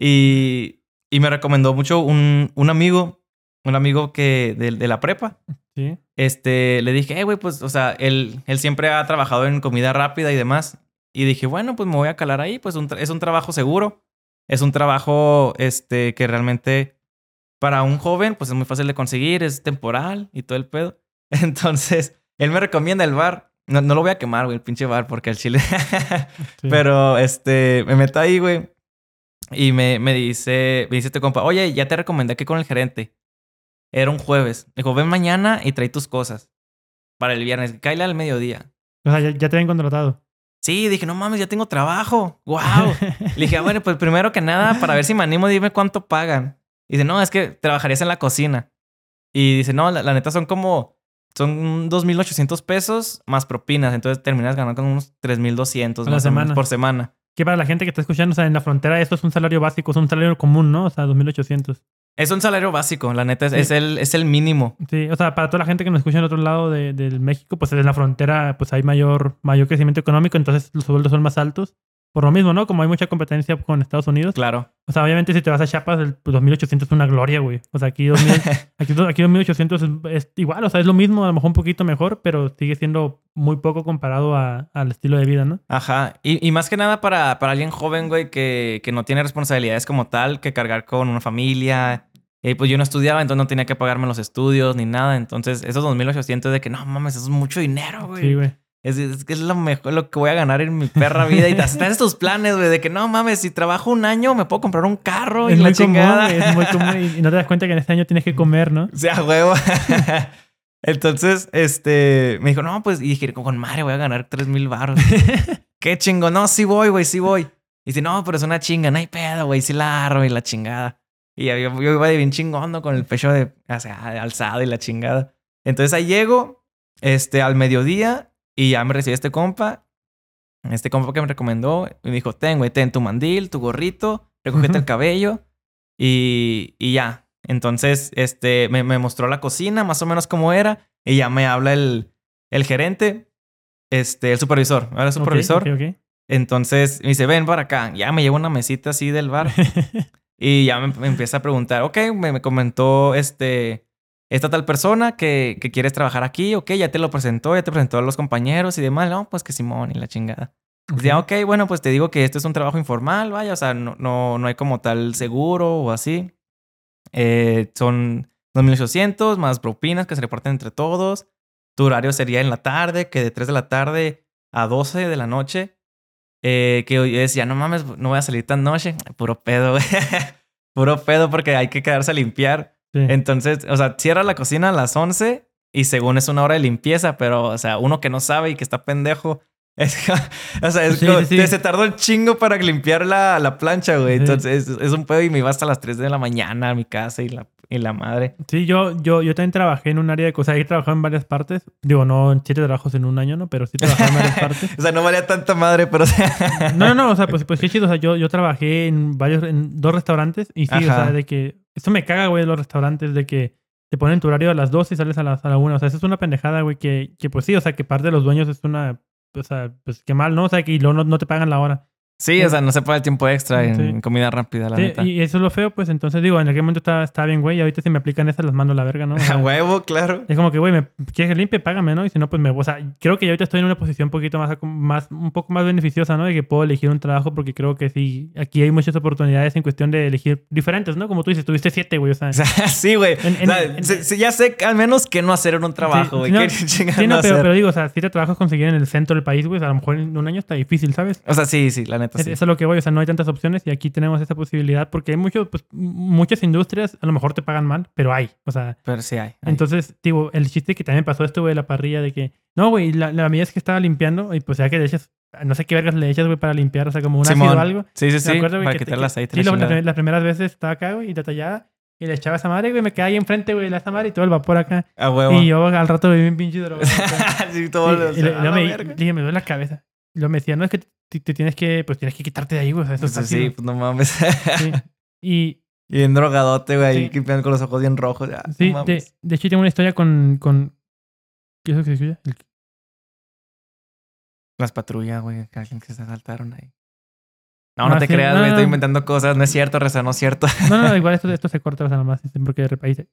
y, y me recomendó mucho un, un amigo, un amigo que de, de la prepa. Sí. Este, le dije, eh, güey, pues, o sea, él, él siempre ha trabajado en comida rápida y demás. Y dije, bueno, pues me voy a calar ahí, pues un tra- es un trabajo seguro. Es un trabajo, este, que realmente para un joven, pues es muy fácil de conseguir, es temporal y todo el pedo. Entonces, él me recomienda el bar. No, no lo voy a quemar, güey, el pinche bar, porque el chile... Sí. Pero, este, me meto ahí, güey. Y me, me dice, me dice este compa, oye, ya te recomendé que con el gerente. Era un jueves. Me dijo, ven mañana y trae tus cosas. Para el viernes. Cáele al mediodía. O sea, ya, ya te habían contratado. Sí, dije, no mames, ya tengo trabajo. ¡Wow! Le dije, ah, bueno, pues primero que nada, para ver si me animo, dime cuánto pagan. Y dice, no, es que trabajarías en la cocina. Y dice, no, la, la neta son como son dos mil ochocientos pesos más propinas. Entonces terminas ganando con unos tres mil doscientos A la más o menos semana. por semana. Que para la gente que está escuchando, o sea, en la frontera esto es un salario básico, es un salario común, ¿no? O sea, dos mil ochocientos. Es un salario básico, la neta. Es, Sí. es, el, es el mínimo. Sí, o sea, para toda la gente que nos escucha en otro lado de, de México, pues en la frontera pues hay mayor, mayor crecimiento económico, entonces los sueldos son más altos. Por lo mismo, ¿no? Como hay mucha competencia con Estados Unidos. Claro. O sea, obviamente si te vas a Chiapas, el pues, dos mil ochocientos es una gloria, güey. O sea, aquí, dos mil, aquí, aquí dos mil ochocientos es, es igual, o sea, es lo mismo, a lo mejor un poquito mejor, pero sigue siendo muy poco comparado a- al estilo de vida, ¿no? Ajá. Y, y más que nada para, para alguien joven, güey, que, que no tiene responsabilidades como tal, que cargar con una familia. Y pues yo no estudiaba, entonces no tenía que pagarme los estudios ni nada. Entonces, esos dos mil ochocientos de que no mames, eso es mucho dinero, güey. Sí, güey. Es, es que es lo mejor, lo que voy a ganar en mi perra vida. Y te haces tus planes, güey, de que no mames, si trabajo un año me puedo comprar un carro y Es la muy común, chingada. güey, es muy común y, y no te das cuenta que en este año tienes que comer, ¿no? O sea, huevo. Entonces, este, me dijo, no, pues, y dije, con madre, voy a ganar tres mil baros. Qué chingo. No, sí voy, güey, sí voy. Y dice, no, pero es una chinga, no hay pedo, güey, sí la arro y la chingada. Y yo, yo iba de bien chingón, ¿no? Con el pecho de, o sea, alzado y la chingada. Entonces ahí llego, este, al mediodía y ya me recibe este compa. Este compa que me recomendó y me dijo, ten, güey, ten tu mandil, tu gorrito, recógete Ujú. el cabello y, y ya. Entonces, este, me, me mostró la cocina, más o menos cómo era, y ya me habla el, el gerente, este, el supervisor, ahora el supervisor. Ok, ok, Entonces me dice, ven para acá. Ya me lleva una mesita así del bar ok. y ya me, me empieza a preguntar, ok, me, me comentó este, esta tal persona que, que quieres trabajar aquí, ok, ya te lo presentó, ya te presentó a los compañeros y demás. No, pues que Simón y la chingada. Dice, ah, ok, bueno, pues te digo que esto es un trabajo informal, vaya, o sea, no, no, no hay como tal seguro o así. Eh, son dos mil ochocientos más propinas que se reparten entre todos. Tu horario sería en la tarde, que de tres de la tarde a doce de la noche. Eh, que yo decía, no mames, no voy a salir tan noche. Puro pedo, güey. Puro pedo porque hay que quedarse a limpiar. Sí. Entonces, o sea, cierra la cocina a las once y según es una hora de limpieza, pero, o sea, uno que no sabe y que está pendejo. Es, o sea, es Sí, como, sí, sí. te- se tardó un chingo para limpiar la, la plancha, güey. Sí. Entonces, es, es un pedo y me iba hasta las tres de la mañana a mi casa y la, y la madre. Sí, yo, yo, yo también trabajé en un área de cosas. He trabajado en varias partes. Digo, no en siete trabajos en un año, ¿no? Pero sí trabajé en varias partes. O sea, no valía tanta madre, pero, o sea... No, no, no. O sea, pues, pues qué chido. O sea, yo, yo trabajé en varios, en dos restaurantes. Y sí, o Ajá. sea, de que... Esto me caga, güey, de los restaurantes. De que te ponen tu horario a las dos y sales a las a la una. O sea, eso es una pendejada, güey. Que, que pues sí, o sea, que parte de los dueños es una... O sea, pues qué mal, ¿no? O sea, que y luego no, no te pagan la hora. Sí, o sea, no se paga el tiempo extra en Sí. comida rápida, la Sí, neta. y eso es lo feo, pues entonces digo, en aquel momento estaba, estaba bien, güey, y ahorita si me aplican esas las mando a la verga, ¿no? O A sea, huevo, claro. es como que, güey, me quieres que limpie, págame, ¿no? Y si no, pues me... O sea, creo que yo ahorita estoy en una posición un poquito más, más, un poco más beneficiosa, ¿no? De que puedo elegir un trabajo porque creo que sí, aquí hay muchas oportunidades en cuestión de elegir diferentes, ¿no? Como tú dices, tuviste siete, güey, o sea... O sea, sí, güey. En- en- O sea, en- se- se- ya sé al menos qué no hacer en un trabajo, güey. sí, ¿Qué sí, chingados sí, no, no pero, hacer? pero digo, o sea, si te trabajos conseguir en el centro del país, güey, a lo mejor en un año está difícil, ¿sabes? O sea, sí, sí, la neta Es- sí. Eso es lo que voy, o sea, no hay tantas opciones y aquí tenemos esa posibilidad porque hay muchos, pues, m- muchas industrias, a lo mejor te pagan mal, pero hay, o sea... Pero sí hay. hay. Entonces, digo, el chiste que también pasó esto, güey, de la parrilla, de que, no, güey, la, la mía es que estaba limpiando y pues ya que le echas, no sé qué vergas le echas, güey, para limpiar, o sea, como un ácido Simón. o algo. Sí, sí, Me sí. acuerdo, güey, Para que- quitar que- el aceite. Sí, la lo- las, chingada. las primeras veces estaba acá, güey, y detallada, y le echaba esa madre, güey, me quedaba ahí enfrente, güey, la esa madre y todo el vapor acá. A huevo. Y yo al rato vi un pinche drogado. acá. sí, todo lo... Y- y le- a luego la me, verga. le dije, me duele la cabeza. Y luego me decía, no, es que te, te tienes que, pues tienes que quitarte de ahí, güey, o sea, eso Pues es sí, fácil. pues no mames. Sí. Y, Y bien drogadote, güey. Ahí Sí. limpiando con los ojos bien rojos. Ya, no sí, de, mames. de hecho tengo una historia con, con... ¿Qué es eso que se escucha? El- Las patrullas, güey. que Alguien que se asaltaron ahí. No, Ah, no te sí. creas, No, güey. no, Estoy no. inventando cosas. No es cierto, Reza, no es cierto. No, no, no, igual esto, esto se corta, o sea, nomás, este, porque de repente...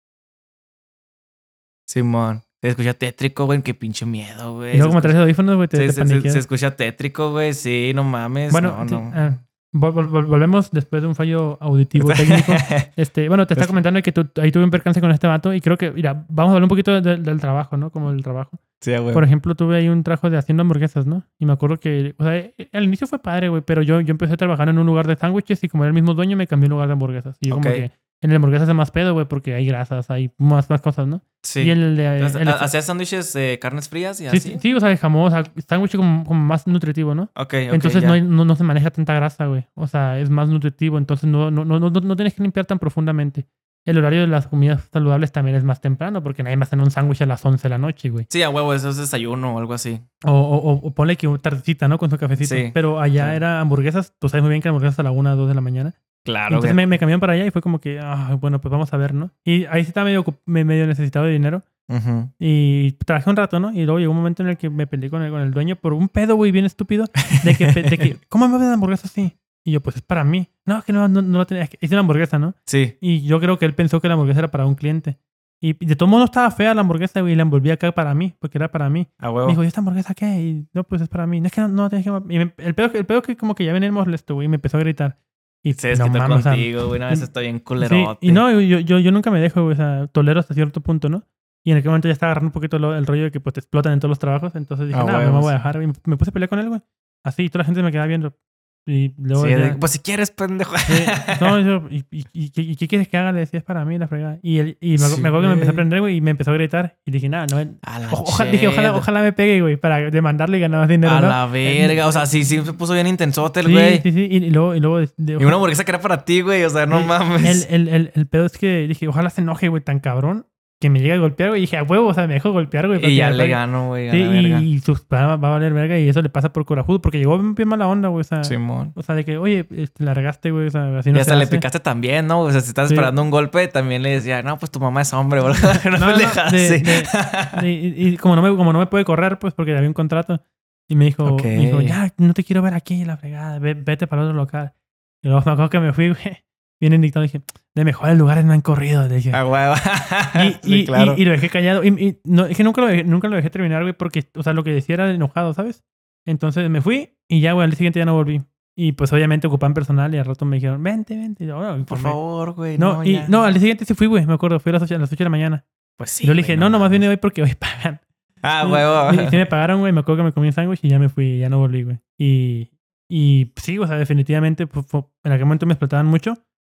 Simón. Se escucha tétrico, güey. Qué pinche miedo, güey. Y luego Se como traes escucha- audífonos, güey, te, se, te se- se- paniqueas. se escucha tétrico, güey. Sí, no mames. Bueno, no, sí, no. ah, vol- vol- vol- volvemos después de un fallo auditivo técnico. Este, bueno, te está Es- comentando que tú, ahí tuve un percance con este vato y creo que, mira, vamos a hablar un poquito de- del trabajo, ¿no? Como el trabajo. sí, güey. Por ejemplo, tuve ahí un trabajo de haciendo hamburguesas, ¿no? Y me acuerdo que, o sea, eh, al inicio fue padre, güey, pero yo, yo empecé a trabajar en un lugar de sándwiches y como era el mismo dueño, me cambié a un lugar de hamburguesas. Y yo Ok. como que en el hamburguesas es más pedo, güey, porque hay grasas, hay más, más cosas, ¿no? Sí. Y el de... Entonces, el- ¿ha- ¿Hacías sándwiches de carnes frías y sí, así? sí, sí, o sea, de jamón, o sea, sándwich como, como más nutritivo, ¿no? Ok, ok. Entonces ya. no, hay- no, no se maneja tanta grasa, güey. O sea, es más nutritivo. Entonces no, no, no, no, no tienes que limpiar tan profundamente. el horario de las comidas saludables también es más temprano, porque nadie va a hacer un sándwich a las once de la noche, güey. Sí, a huevo, eso es desayuno o algo así. O, o, o ponle que una tardecita, ¿no? Con su cafecito. Sí, Pero allá claro. era hamburguesas. Tú sabes muy bien que hamburguesas a la una, dos de la mañana. Claro, Entonces güey. me, me cambiaron para allá y fue como que, ah, bueno, pues vamos a ver, ¿no? Y ahí sí estaba medio, ocup- me- medio necesitado de dinero. Ujú. Y trabajé un rato, ¿no? Y luego llegó un momento en el que me peleé con el, con el dueño por un pedo, güey, bien estúpido. De que, pe- de que ¿cómo me ves la hamburguesa así? Y yo, pues es para mí. No, es que no, no, no lo tenía. Es que hice una hamburguesa, ¿no? Sí, Y yo creo que él pensó que la hamburguesa era para un cliente. Y de todo modo estaba fea la hamburguesa, güey, y la envolví acá para mí, porque era para mí. a Me huevo. dijo, ¿y esta hamburguesa qué? Y no, pues es para mí. No es que no, no tienes que. Y me- el pedo, el pedo que como que ya venía molesto, güey, y me empezó a gritar. Y Se no desquitó mames, o sea, contigo, güey. No, eso está bien sí, culerote. y no, yo, yo, yo nunca me dejo, güey, o sea, tolero hasta cierto punto, ¿no? Y en aquel momento ya estaba agarrando un poquito lo- el rollo de que pues te explotan en todos los trabajos. Entonces dije, Ah, no, no huevos. me voy a dejar, güey. Me puse a pelear con él, güey. Así, y toda la gente me quedaba viendo. Y luego Sí, decía, de- pues si quieres, pendejo. sí, no, yo, ¿y, y, y, qué- y qué quieres que haga? Le decía, es para mí la fregada. Y, él, y me, acu- Sí, me acuerdo que me empezó a güey. prender, güey, y me empezó a gritar. Y dije, nada, no, él- A la o- ojalá, dije, ojalá, ched. ojalá me pegue, güey, para demandarle y ganar más dinero, A ¿no? la verga. O sea, sí, sí se puso bien intensote el Sí, güey. sí, sí. Y, y luego, y luego de- de- Y una hamburguesa que era para ti, güey. O sea, no sí, mames. El, el, el, el pedo es que dije, ojalá se enoje, güey, tan cabrón, que me llegue a golpear, güey. Y dije, a huevo, o sea, me dejó golpear, güey. para Y que ya me le pegue. gano, güey, a Sí, la verga. y, y sus, va, va a valer verga. Y eso le pasa por corajudo, porque llegó bien mala onda, güey. O sea, Simón. o sea, de que, oye, este, la regaste, güey. O sea, así no Y hasta se le hace. picaste también, ¿no? O sea, si estás Sí. esperando un golpe, también le decía, no, pues tu mamá es hombre, boludo. No, No, me no, dejas de- así. de- de- y, y como, no me, como no me puede correr, pues porque había un contrato. Y me dijo, Ok. me dijo, ya, no te quiero ver aquí, la fregada. Ve- vete para otro local. Y luego me acuerdo que me fui, güey. Bien indignado. Dije, de mejores lugares me han corrido. Le dije. A huevo. Y, Sí, y, claro. y, y lo dejé callado. Y, y no, es que nunca lo, dejé, nunca lo dejé terminar, güey, porque, o sea, lo que decía era enojado, ¿sabes? Entonces me fui y ya, güey, al día siguiente ya no volví. Y pues obviamente ocupaban personal y al rato me dijeron, vente, vente. Y yo, "Órale", Por me- favor, güey. No, No, y, ya. no, al día siguiente sí fui, güey, me acuerdo. Fui a las ocho, a las ocho de la mañana. Pues sí. y yo le güey, dije, no, nomás mames. vine hoy porque hoy pagan. Ah, Y- huevo. Y, y sí me pagaron, güey. Me acuerdo que me comí un sándwich y ya me fui, ya no volví, güey. Y, y sí, o sea, definitivamente, pues, fue- en aquel momento me explotaban mucho.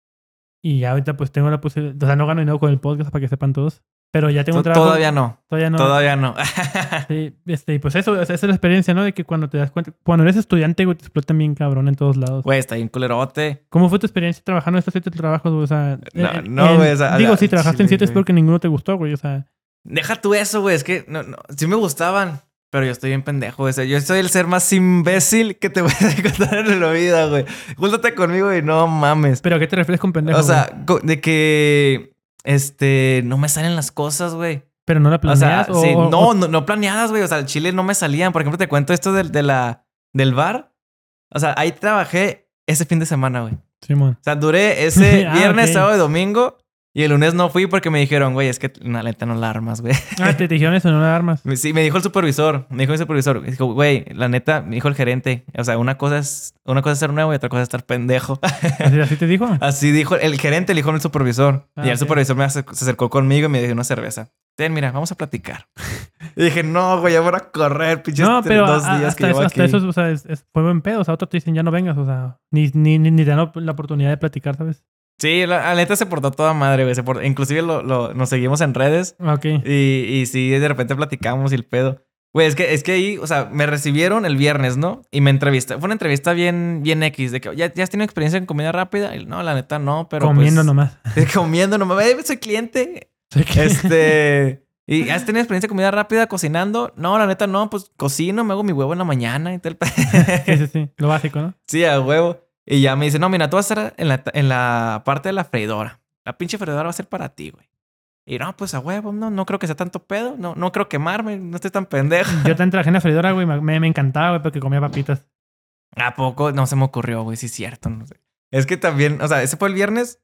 Y ya ahorita, pues tengo la posibilidad. O sea, no gano dinero con el podcast para que sepan todos. Pero ya tengo un To- trabajo. Todavía no. Todavía no. Todavía no. Sí, este, y pues eso, esa es la experiencia, ¿no? De que cuando te das cuenta, cuando eres estudiante, güey, te explotan bien cabrón en todos lados. Güey, está bien culerote. ¿Cómo fue tu experiencia trabajando en estos siete trabajos, güey? O sea, No, en- no, en- güey, o sea, digo, la- si trabajaste en chile, siete es güey. porque ninguno te gustó, güey. O sea, Deja tú eso, güey. Es que no, no, sí me gustaban, pero yo estoy bien pendejo. O sea, yo soy el ser más imbécil que te voy a encontrar en la vida, güey. Júntate conmigo y no mames. ¿pero a qué te refieres con pendejo? O sea, güey? co- de que este no me salen las cosas, güey. ¿Pero no la O sea, planeas? O, sí, o- no, o- no, no planeadas, güey. O sea, al chile no me salían. Por ejemplo, te cuento esto del, de la, del bar. O sea, ahí trabajé ese fin de semana, güey. Simón. O sea, duré ese Ah, viernes, ok. sábado y domingo. Y el lunes no fui porque me dijeron, güey, es que la neta no la armas, güey. Ah, te, te dijeron eso, no la armas. Sí, me dijo el supervisor. Me dijo el supervisor. Me dijo, güey, la neta, me dijo el gerente. O sea, una cosa es, una cosa es ser nuevo y otra cosa es estar pendejo. ¿Así, así te dijo? Así dijo el gerente, le dijo al supervisor. Ah, y el ok. supervisor me acer- se acercó conmigo y me dio una cerveza. Ten, mira, vamos a platicar. Y dije, no, güey, ya voy a correr, pinches No, pero dos a- días hasta, que llevo eso, aquí. hasta eso, o sea, es, es- fue buen pedo. O sea, otros te dicen, ya no vengas, o sea, ni, ni, ni, ni te dan la oportunidad de platicar, ¿sabes? Sí, la, la neta se portó toda madre, güey. Se portó- inclusive lo, lo- nos seguimos en redes. Ah, ok. Y, y sí, de repente platicamos y el pedo. Güey, es que, es que ahí, o sea, me recibieron el viernes, ¿no? Y me entrevista. Fue una entrevista bien, bien X. De que, ¿ya, ¿ya has tenido experiencia en comida rápida? Y, no, la neta no, pero Comiendo pues, nomás. Comiendo nomás. Eh, soy cliente. Sí, que- Este... ¿Y has tenido experiencia en comida rápida cocinando? No, la neta no. Pues cocino, me hago mi huevo en la mañana y tal. sí, sí, sí. Lo básico, ¿no? Sí, a huevo. Y ya me dice, no, mira, tú vas a estar en la, en la parte de la freidora. La pinche freidora va a ser para ti, güey. Y no, pues a huevo, no, no creo que sea tanto pedo. No, no creo quemarme, no estoy tan pendejo. Yo también trabajé en la freidora, güey. Me, me encantaba, güey, porque comía papitas. ¿A poco? No se me ocurrió, güey, sí es cierto. No sé. Es que también, o sea, ese fue el viernes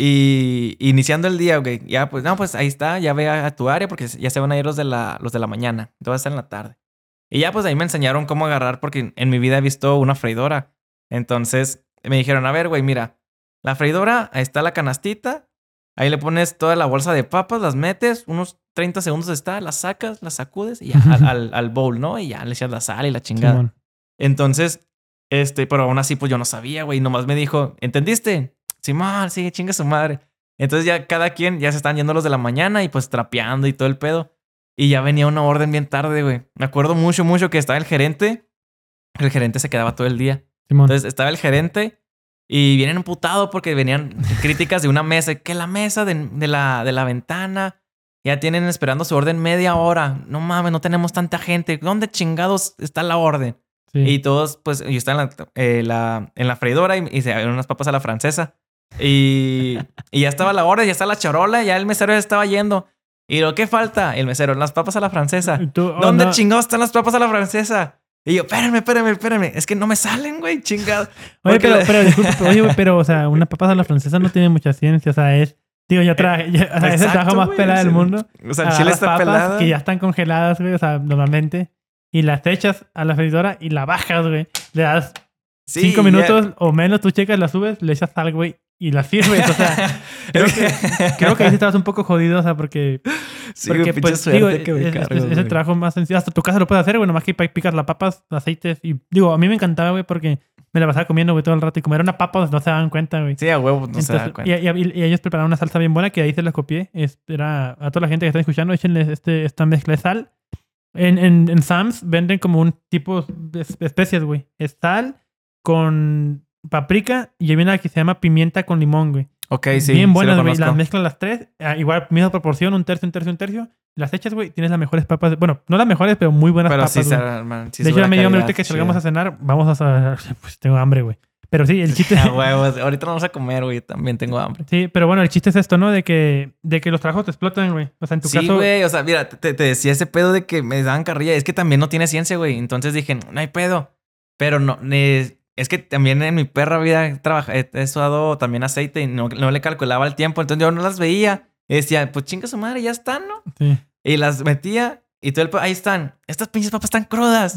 y iniciando el día, güey. Ya, pues, no, pues ahí está, ya ve a, a tu área porque ya se van a ir los de la, los de la mañana. Entonces va a estar en la tarde. Y ya, pues ahí me enseñaron cómo agarrar porque en mi vida he visto una freidora. Entonces me dijeron, a ver, güey, mira, la freidora, ahí está la canastita. Ahí le pones toda la bolsa de papas, las metes, unos treinta segundos está, las sacas, las sacudes y ya al, al, al bowl, ¿no? Y ya le echas la sal y la chingada. Simón. Entonces, este, pero aún así, pues yo no sabía, güey. Nomás me dijo, ¿entendiste? Simón, sí, chinga su madre. Entonces ya cada quien, ya se están yendo los de la mañana y pues trapeando y todo el pedo. Y ya venía una orden bien tarde, güey. Me acuerdo mucho, mucho que estaba el gerente. El gerente se quedaba todo el día. Simón. Entonces estaba el gerente Y vienen emputados porque venían críticas de una mesa. Que la mesa de, de, la, de la ventana ya tienen esperando su orden media hora. No mames, no tenemos tanta gente. ¿Dónde chingados está la orden? Sí. Y todos, pues, y está en la, eh, la, en la freidora y, y se abrieron unas papas a la francesa. Y, y ya estaba la orden, ya está la charola, ya el mesero ya estaba yendo. Y lo que falta, el mesero, las papas a la francesa. ¿Tú, oh, ¿Dónde no. chingados están las papas a la francesa? Y yo, espérame, espérame, espérame. Es que no me salen, güey, chingado. Oye, pero, la... pero, disculpe, oye, güey, pero, o sea, una papas a la francesa no tiene mucha ciencia. O sea, es... Digo, yo traje... Yo, o sea, es el trabajo más pelada del mundo. O sea, el chile está pelada. Que ya están congeladas, güey, o sea, normalmente. Y las echas a la freidora y la bajas, güey. Le das sí, cinco minutos yeah. o menos, tú checas, la subes, le echas sal, güey, y la sirves. O sea, creo que, creo que ahí sí estabas un poco jodido, o sea, porque... Sí, porque, güey, pues, suerte digo, que me es, cargo, es, es el trabajo más sencillo. Hasta tu casa lo puedes hacer, güey, nomás que picas las papas, aceites y... Digo, a mí me encantaba, güey, porque me la pasaba comiendo, güey, todo el rato. Y como era una papa, pues no se daban cuenta, güey. Sí, a huevo, no Entonces, se daban cuenta. Y, y, y ellos prepararon una salsa bien buena que ahí se la copié. Es, era a toda la gente que está escuchando, échenle este, esta mezcla de sal. En, en, en Sam's venden como un tipo de especias, güey. Es sal con paprika y hay una que se llama pimienta con limón, güey. Ok, sí. Bien buenas, güey. Sí las mezclan las tres. Igual, misma proporción, un tercio, un tercio, un tercio. Las echas, güey. Tienes las mejores papas. Bueno, no las mejores, pero muy buenas pero papas. Sí, se, man, sí de hecho, ya me dio hambre ahorita que salgamos a cenar. Vamos a... Pues tengo hambre, güey. Pero sí, el chiste... Ah, huevos. Ahorita vamos a comer, güey. También tengo hambre. Sí, pero bueno, el chiste es esto, ¿no? De que, de que los trabajos te explotan, güey. O sea, en tu sí, caso... Sí, güey. O sea, mira, te, te decía ese pedo de que me daban carrilla. Es que también no tiene ciencia, güey. Entonces dije, no hay pedo. Pero no... Eh, es que también en mi perra vida he, trabajado, he, he sudado también aceite y no, no le calculaba el tiempo. Entonces yo no las veía. Y decía, pues chinga su madre, ya están, ¿no? Sí. Y las metía y todo el... Ahí están. Estas pinches papas están crudas.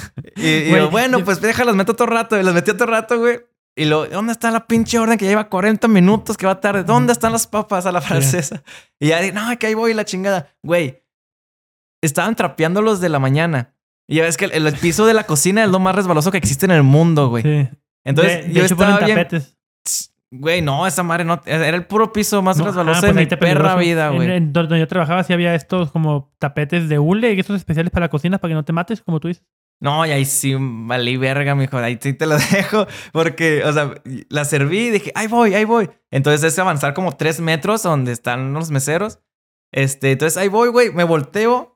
y y güey, yo, bueno, yo... pues déjalas, meto todo rato. Y las metí todo rato, güey. Y lo, ¿dónde está la pinche orden que ya lleva cuarenta minutos que va tarde? ¿Dónde están las papas a la francesa? Sí. Y ya dije, no, que ahí voy la chingada. Güey, estaban trapeando los de la mañana. Y ya ves que el, el piso de la cocina es lo más resbaloso que existe en el mundo, güey. Sí. Entonces, de, yo de hecho, estaba bien... tapetes. Güey, no, esa madre no... Era el puro piso más no, resbaloso ah, pues de mi perra vida, güey. En, en donde yo trabajaba sí había estos como tapetes de hule y estos especiales para la cocina para que no te mates, como tú dices. No, y ahí sí valí verga, mijo. Ahí sí te lo dejo. Porque, o sea, la serví y dije, ahí voy, ahí voy. Entonces es avanzar como tres metros donde están los meseros. Este, entonces ahí voy, güey. Me volteo.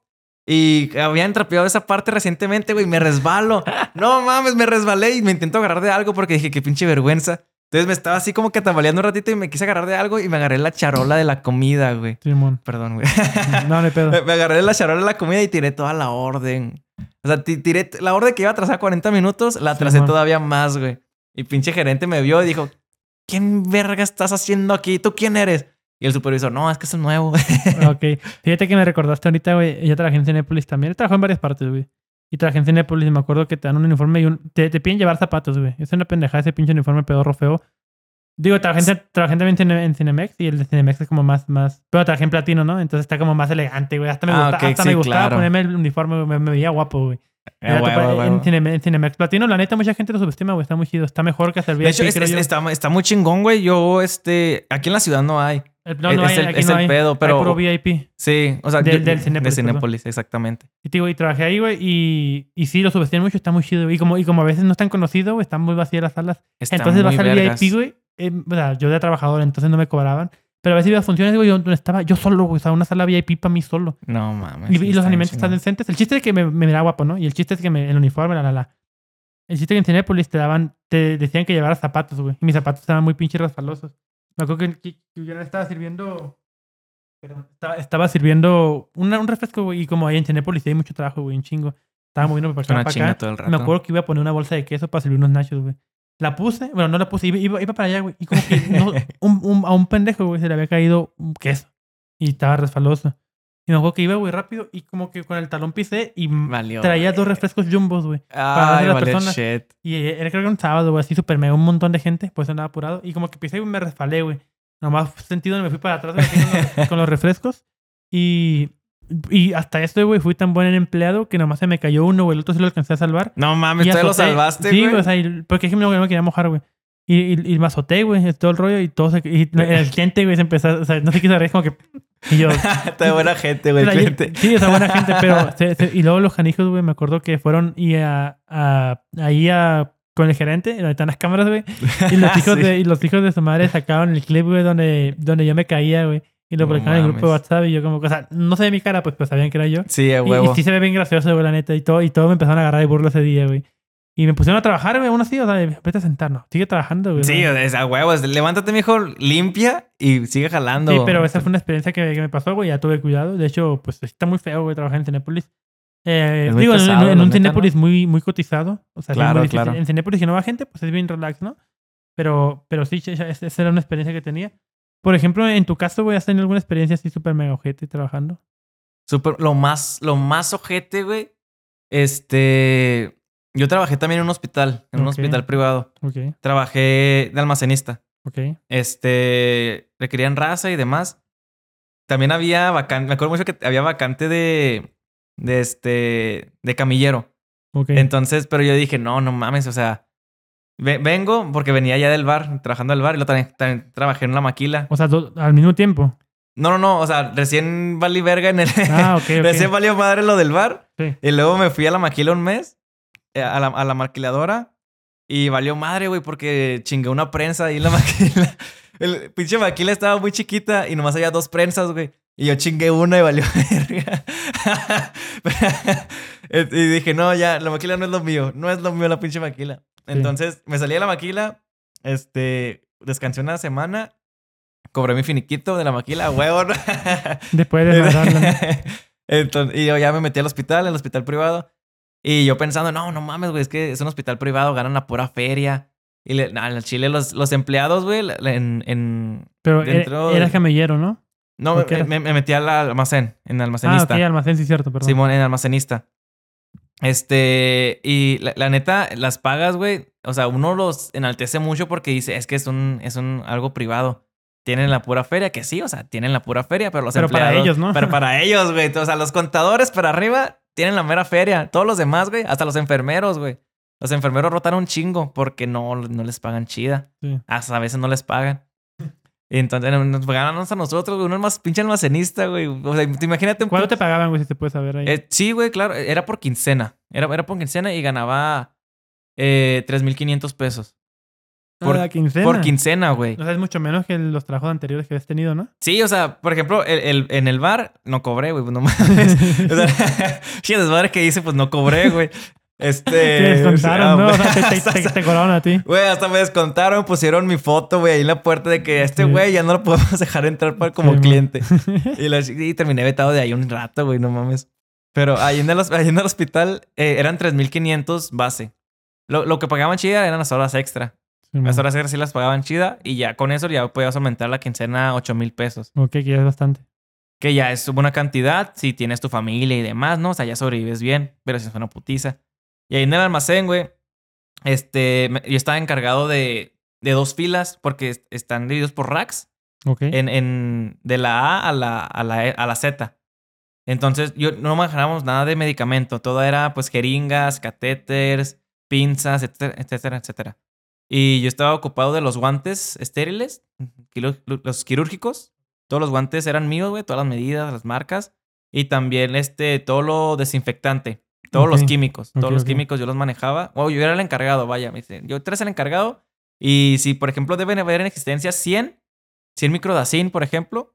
Y habían trapeado esa parte recientemente, güey. Me resbalo. No mames, me resbalé y me intento agarrar de algo porque dije, qué pinche vergüenza. Entonces me estaba así como que tambaleando un ratito y me quise agarrar de algo y me agarré la charola de la comida, güey. Simón. Perdón, güey. No, no hay pedo. Me, me agarré la charola de la comida y tiré toda la orden. O sea, tiré la orden que iba a trazar cuarenta minutos, la atrasé sí, todavía más, güey. Y pinche gerente me vio y dijo, ¿quién verga estás haciendo aquí? ¿Tú quién eres? Y el supervisor, no, es que es nuevo. Ok. Fíjate que me recordaste ahorita, güey. Yo trabajé en Cinépolis también. He trabajado en varias partes, güey. Y trabajé en Cinépolis y me acuerdo que te dan un uniforme y un... te, te piden llevar zapatos, güey. Es una pendejada ese pinche uniforme pedorro feo. Digo, trabajé, trabajé también en Cinemex y el de Cinemex es como más, más... Pero trabajé en platino, ¿no? Entonces está como más elegante, güey. Hasta me, ah, gusta, okay, hasta sí, me gustaba claro. ponerme el uniforme, güey. Me, me veía guapo, güey. Eh, huevo, huevo. En, Cinemex, en Cinemex platino, la neta, mucha gente lo subestima, güey. Está muy chido. Está mejor que hacer V I P, de hecho, es, es, está, está muy chingón, güey. Yo, este... Aquí en la ciudad no hay. No, no es hay, el, aquí es no el hay. pedo, pero... Hay puro V I P. Sí, o sea... Del, yo, del Cinépolis. De Cinépolis, exactamente. Y, digo, y trabajé ahí, güey, y, y sí, lo subestiman mucho. Está muy chido. Y como, y como a veces no están conocidos, güey, están muy vacías las salas. Está entonces vas al vergas. V I P, güey. Eh, o sea, yo era trabajador, entonces no me cobraban. Pero a veces iba a funciones, güey, donde estaba yo solo, güey. O sea, una sala V I P para mí solo. No, mames. Y, sí, y los alimentos están decentes. El chiste es que me, me miraba guapo, ¿no? Y el chiste es que me, el uniforme, la, la, la. El chiste es que en Cinépolis te daban... Te decían que llevaras zapatos, güey. Y mis zapatos estaban muy pinches resbalosos. Me acuerdo que, que, que yo estaba sirviendo... Perdón. Estaba, estaba sirviendo una, un refresco, güey. Y como ahí en Cinépolis hay mucho trabajo, güey. Un chingo. Estaba moviendo para acá, para acá. Todo el rato. Me acuerdo que iba a poner una bolsa de queso para servir unos nachos, güey. La puse... Bueno, no la puse. Iba, iba, iba para allá, güey. Y como que no, un, un, a un pendejo, güey, se le había caído un queso. Y estaba resbaloso. Y me acuerdo que iba, güey, rápido. Y como que con el talón pisé y Valió, traía güey. dos refrescos jumbos, güey. Ay, vale, shit. Y era creo que un sábado, güey, así súper mega, un montón de gente. Pues andaba apurado. Y como que pisé y me resbalé, güey. Nomás sentido me fui para atrás, güey, con, los, con los refrescos. Y... Y hasta esto, güey, fui tan buen empleado que nomás se me cayó uno, güey. El otro sí lo alcancé a salvar. No mames, ¿tú lo salvaste, sí, güey? Sí, o sea, y, porque es que no me quería mojar, güey. Y, y, y me azoté, güey, todo el rollo y todo se... Y el cliente, güey, se empezó... O sea, no sé qué se reír, como que... Y yo... Está buena gente, güey, el cliente. Sí, está buena gente, pero... Se, se, y luego los canijos, güey, me acuerdo que fueron y a, a, ahí a con el gerente, donde están las cámaras, güey. Y los hijos Sí. de, y los hijos de su madre sacaban el clip, güey, donde, donde yo me caía, güey. Y lo No publicaron en el grupo de mames. WhatsApp y yo como, o sea, no se ve mi cara, pues, pues sabían que era yo. Sí, a Y, y huevo. sí se ve bien gracioso, güey, la neta. Y todo, y todo me empezaron a agarrar de burla ese día, güey. Y me pusieron a trabajar, güey, aún así, o sea, vete a sentarnos. Sigue trabajando, güey. Sí, o sea. es a huevo. es- Levántate, mijo, limpia y sigue jalando. Sí, pero esa fue una experiencia que, que me pasó, güey. Ya tuve cuidado. De hecho, pues está muy feo, güey, trabajar en Cinépolis. Eh, Es muy digo, en- pesado, en, en la un neta, Cinépolis ¿no? muy, muy cotizado. O sea, sí es Claro, muy difícil. claro. En Cinépolis, si no va gente, pues es bien relax, ¿no? Pero, pero sí, esa esa era una experiencia que tenía. Por ejemplo, en tu caso, güey, ¿has tenido alguna experiencia así súper mega ojete trabajando? Súper, lo más, lo más ojete, güey. Este. Yo trabajé también en un hospital, en un Ok. hospital privado. Ok, Trabajé de almacenista. ok. Este. Requerían raza y demás. También había vacante. Me acuerdo mucho que había vacante de. De este. De camillero. Ok. Entonces, pero yo dije, no, no mames, o sea. ve- Vengo porque venía ya del bar, trabajando del bar, y luego también, también trabajé en la maquila. O sea, do- al mismo tiempo. No, no, no, o sea, recién valí verga en el. Ah, ok, ok. Recién valió madre lo del bar. Sí. Y luego me fui a la maquila un mes, eh, a la, a la maquiladora, y valió madre, güey, porque chingué una prensa ahí en la maquila. El pinche maquila estaba muy chiquita y nomás había dos prensas, güey. Y yo chingué una y valió verga. Y dije, no, ya, la maquila no es lo mío. No es lo mío la pinche maquila. Entonces me salí de la maquila, este, descansé una semana, cobré mi finiquito de la maquila, a huevo, ¿no? Después de matarla, ¿no? Entonces, y yo ya me metí al hospital, al hospital privado. Y yo pensando, no, no mames, güey, es que es un hospital privado, ganan la pura feria. Y le, nah, en el Chile los, los empleados, güey, la- la- en, en... Pero Dentro e- eras de- camellero, ¿no? No, ¿o qué me, eras? me- me metí al almacén, en Ah, almacenista. ok, almacén, sí, cierto, perdón. Simón, en almacenista. Este, y la, la neta, las pagas, güey, o sea, uno los enaltece mucho porque dice, es que es un, es un algo privado. Tienen la pura feria, que sí, o sea, tienen la pura feria, pero los Pero para empleados... ellos, ¿no? Pero para ellos, güey. O sea, los contadores para arriba tienen la mera feria. Todos los demás, güey, hasta los enfermeros, güey. Los enfermeros rotan un chingo porque no, no les pagan chida. Sí. Hasta a veces no les pagan. Y entonces nos pagan a nosotros, güey. Uno es más pinche almacenista, güey. O sea, imagínate un... ¿Cuánto te pagaban, güey, si te puedes saber ahí? Eh, sí, güey, claro. Era por quincena. Era, era por quincena y ganaba eh, tres mil quinientos pesos. Por, Ah, quincena. por quincena, güey. O sea, es mucho menos que los trabajos anteriores que has tenido, ¿no? Sí, o sea, por ejemplo, el, el- en el bar no cobré, güey. Pues no mames. O sea, sí, el desmadre que hice, pues no cobré, güey. Este... Te descontaron, ¿no? O sea, te, te, hasta- te- te cobraron a ti. Güey, hasta me descontaron, pusieron mi foto, güey, ahí en la puerta de que este Sí. güey ya no lo podemos dejar entrar para, como Sí, man. cliente. Y, la- y terminé vetado de ahí un rato, güey, no mames. Pero ahí en el, hos- ahí en el hospital eh, eran tres mil quinientos base. Lo, lo que pagaban chida eran las horas extra. Sí, man. Las horas extra sí las pagaban chida y ya con eso ya podías aumentar la quincena a ocho mil pesos. Ok, que ya es bastante. Que ya es buena cantidad si tienes tu familia y demás, ¿no? O sea, ya sobrevives bien, pero si es una putiza. Y ahí en el almacén, güey, este, me- yo estaba encargado de, de dos filas porque est- están divididos por racks Ok. en, en, de la A a la, a la, E- a la Z. Entonces, yo no manejábamos nada de medicamento. Todo era, pues, jeringas, catéteres, pinzas, etcétera, etcétera, etcétera. Y yo estaba ocupado de los guantes estériles, quilo- los quirúrgicos. Todos los guantes eran míos, güey. Todas las medidas, las marcas. Y también, este, todo lo desinfectante. Todos Ok. los químicos. Todos Ok, los ok. químicos yo los manejaba. Wow, yo era el encargado, vaya. Me dicen, yo eres el encargado. Y si, por ejemplo, deben haber en existencia cien, cien microdacin, por ejemplo,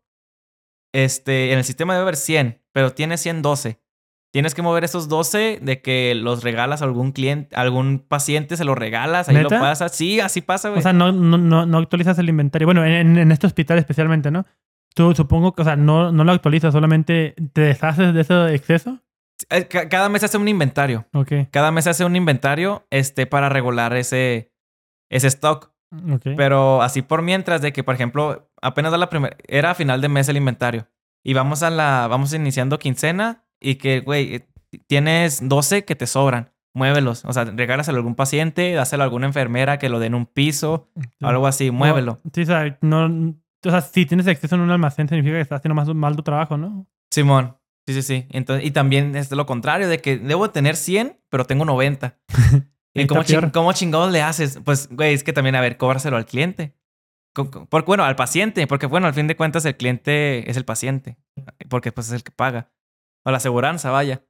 este, en el sistema debe haber cien, pero tiene ciento doce. Tienes que mover esos doce de que los regalas a algún cliente, a algún paciente, se los regalas, ahí ¿Neta? lo pasas. Sí, así pasa, güey. O sea, no, no, no, no actualizas el inventario. Bueno, en, en este hospital especialmente, ¿no? Tú supongo que, o sea, no, no lo actualizas, solamente te deshaces de ese exceso. Eh, ca- Cada mes hace un inventario. Ok, Cada mes hace un inventario este, para regular ese, ese stock. ok. Pero así por mientras de que, por ejemplo, apenas da la primera... Era a final de mes el inventario. Y vamos a la... Vamos iniciando quincena y que, güey, eh, tienes doce que te sobran. Muévelos. O sea, regálaselo a algún paciente, dáselo a alguna enfermera que lo den un piso, Sí. algo así. Muévelo. Sí, o sea, no, o sea, si tienes exceso en un almacén significa que estás haciendo más, mal tu trabajo, ¿no? Simón. Sí, sí, sí. Entonces, y también es lo contrario, de que debo tener cien, pero tengo noventa. ¿Y Ahí cómo, está peor. ching- cómo chingados le haces? Pues, güey, es que también, a ver, cóbraselo al cliente. Co- co- Porque, bueno, al paciente. Porque, bueno, al fin de cuentas, el cliente es el paciente. Porque, pues, es el que paga. O la aseguranza, vaya.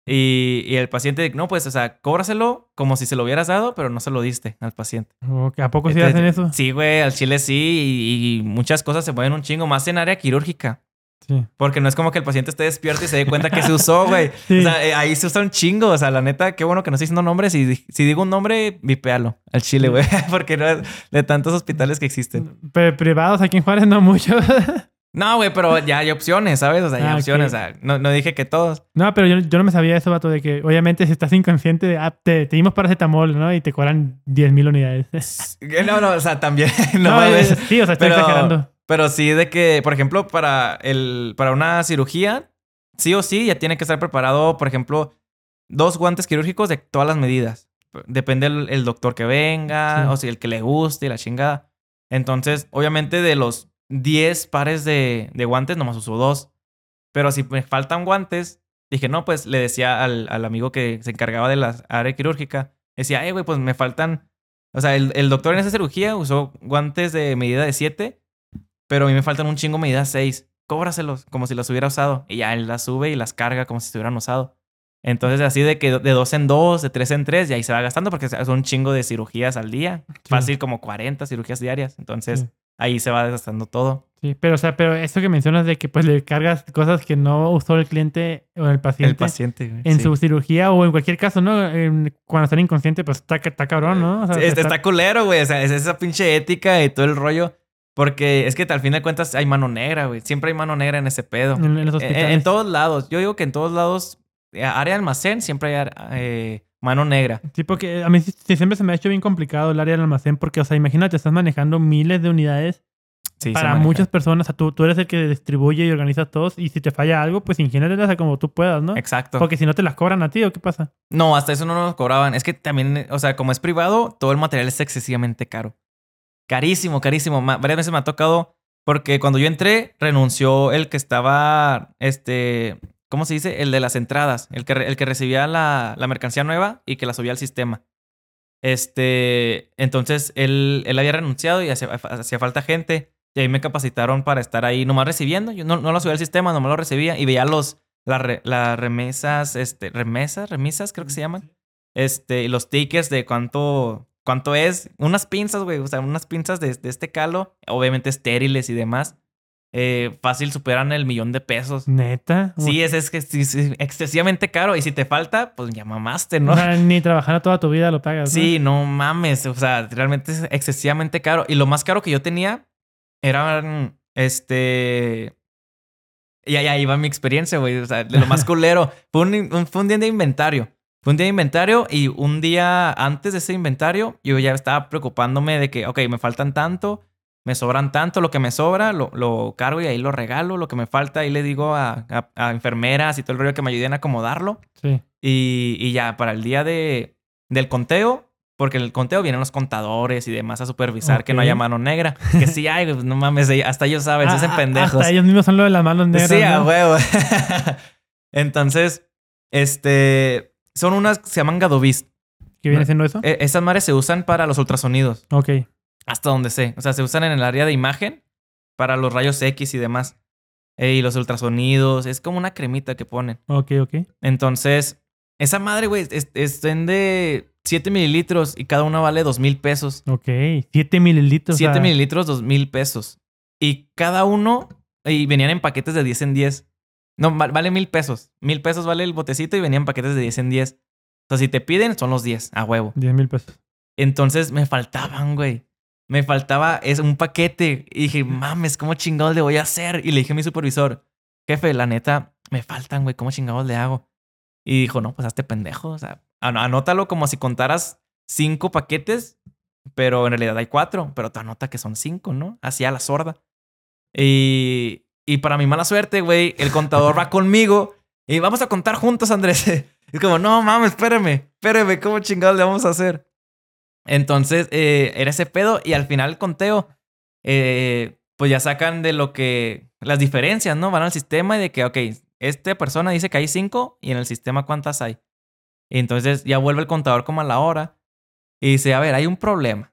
Y, y el paciente, no, pues, o sea, cóbraselo como si se lo hubieras dado, pero no se lo diste al paciente. Okay. ¿A poco sí Entonces, hacen eso? Sí, güey, al chile sí. Y, y muchas cosas se mueven un chingo, más en área quirúrgica. Sí. Porque no es como que el paciente esté despierto y se dé cuenta que se usó, güey. Sí. O sea, eh, ahí se usa un chingo. O sea, la neta, qué bueno que no estoy diciendo nombres. Y si digo un nombre, vipéalo al chile, güey. Porque no es de tantos hospitales que existen. Pero privados aquí en Juárez no mucho. No, güey, pero ya hay opciones, ¿sabes? O sea, hay Ah, opciones. ok. O sea, no, no dije que todos. No, pero yo, yo no me sabía eso, vato, de que obviamente si estás inconsciente, de, ah, te, te dimos paracetamol, ¿no? Y te cobran diez mil unidades. No, no, o sea, también. No, No, mames. eh, sí, o sea, estoy pero, exagerando. pero sí de que, por ejemplo, para, el, para una cirugía, sí o sí, ya tiene que estar preparado, por ejemplo, dos guantes quirúrgicos de todas las medidas. Depende el, el doctor que venga, Sí. o si el que le guste y la chingada. Entonces, obviamente, de los diez pares de, de guantes, nomás uso dos. Pero si me faltan guantes, dije, no, pues le decía al, al amigo que se encargaba de la área quirúrgica, decía, eh, güey, pues me faltan. O sea, el, el doctor en esa cirugía usó guantes de medida de siete, pero a mí me faltan un chingo medida seis. Cóbraselos como si los hubiera usado. Y ya él las sube y las carga como si se hubieran usado. Entonces, así de que de dos en dos, de tres en tres, y ahí se va gastando porque son un chingo de cirugías al día. Sí. Fácil como cuarenta cirugías diarias. Entonces, Sí. ahí se va desgastando todo. Sí, pero o sea, pero eso que mencionas de que pues le cargas cosas que no usó el cliente o el paciente, El paciente, güey. en sí. su cirugía o en cualquier caso, ¿no? En- cuando están inconscientes, pues está, está cabrón, ¿no? O sea, Sí, está, está, está culero, güey. O sea, es esa pinche ética y todo el rollo. Porque es que al fin de cuentas hay mano negra, güey. Siempre hay mano negra en ese pedo. en, en los En, hospitales. en todos lados. Yo digo que en todos lados, eh, área de almacén, siempre hay eh, mano negra. Sí, porque a mí sí- sí siempre se me ha hecho bien complicado el área del almacén porque, o sea, imagínate, estás manejando miles de unidades Sí, se para maneja. muchas personas. O sea, tú, tú eres el que distribuye y organiza todos y si te falla algo, pues ingénietelas como tú puedas, ¿no? Exacto. Porque si no te las cobran a ti, ¿o qué pasa? No, hasta eso no nos cobraban. Es que también, o sea, como es privado, todo el material es excesivamente caro. Carísimo, carísimo. Ma- varias veces me ha tocado porque cuando yo entré, renunció el que estaba, este, ¿cómo se dice? El de las entradas. El que, re- el que recibía la, la mercancía nueva y que la subía al sistema. Este, entonces él, él había renunciado y hacía, hacía falta gente. Y ahí me capacitaron para estar ahí nomás recibiendo. Yo no, no lo subía al sistema, nomás lo recibía y veía los, las, re- las remesas, este, remesas, remisas creo que se llaman. Este, y los tickets de cuánto, cuánto es. Unas pinzas, güey, o sea, unas pinzas de, de este calo, obviamente estériles y demás. Eh, fácil superan el millón de pesos. ¿Neta? Sí, es, es que sí, sí, excesivamente caro. Y si te falta, pues ya mamaste, ¿no? O sea, ni trabajando toda tu vida lo pagas, ¿no? Sí, no mames. O sea, realmente es excesivamente caro. Y lo más caro que yo tenía eran, este... Y ahí ahí va mi experiencia, güey. O sea, de lo más culero. Fue un, un- fue un día de inventario. Fue un día de inventario y un día antes de ese inventario yo ya estaba preocupándome de que, ok, me faltan tanto, me sobran tanto. Lo que me sobra lo, lo cargo y ahí lo regalo. Lo que me falta ahí le digo a, a- a enfermeras y todo el rollo que me ayuden a acomodarlo. Sí. Y, y ya, para el día de, del conteo, porque en el conteo vienen los contadores y demás a supervisar que no Ok. haya mano negra. Que sí hay, pues no mames, hasta ellos saben, se hacen Ah, pendejos. Hasta ellos mismos son lo de las manos negras, Sí, a ¿no? huevo. Entonces, este, son unas que se llaman Gadovis. ¿Qué viene siendo eso? E- esas madres se usan para los ultrasonidos, Ok. hasta donde sé. O sea, se usan en el área de imagen para los rayos X y demás. Eh, y los ultrasonidos, es como una cremita que ponen. Ok, ok. Entonces, esa madre, güey, es, es de siete mililitros y cada una vale dos mil pesos. Ok. siete mililitros. siete o sea, mililitros, dos mil pesos. Y cada uno, y venían en paquetes de diez en diez. No, va- vale mil pesos. Mil pesos vale el botecito y venían paquetes de diez en diez. O sea, si te piden, son los diez, a huevo. diez mil pesos. Entonces me faltaban, güey. Me faltaba es un paquete. Y dije, mames, ¿cómo chingados le voy a hacer? Y le dije a mi supervisor, jefe, la neta, me faltan, güey, ¿cómo chingados le hago? Y dijo, no, pues hazte pendejo. O sea, an- anótalo como si contaras cinco paquetes, pero en realidad hay cuatro. Pero te anota que son cinco, ¿no? Así a la sorda. Y, y para mi mala suerte, güey, el contador va conmigo y vamos a contar juntos, Andrés. Es como, no mames, espérame, espérame, ¿cómo chingados le vamos a hacer? Entonces, eh, era ese pedo y al final el conteo, eh, pues ya sacan de lo que, las diferencias, ¿no? Van al sistema y de que, ok, esta persona dice que hay cinco y en el sistema cuántas hay. Y entonces ya vuelve el contador como a la hora y dice, a ver, hay un problema.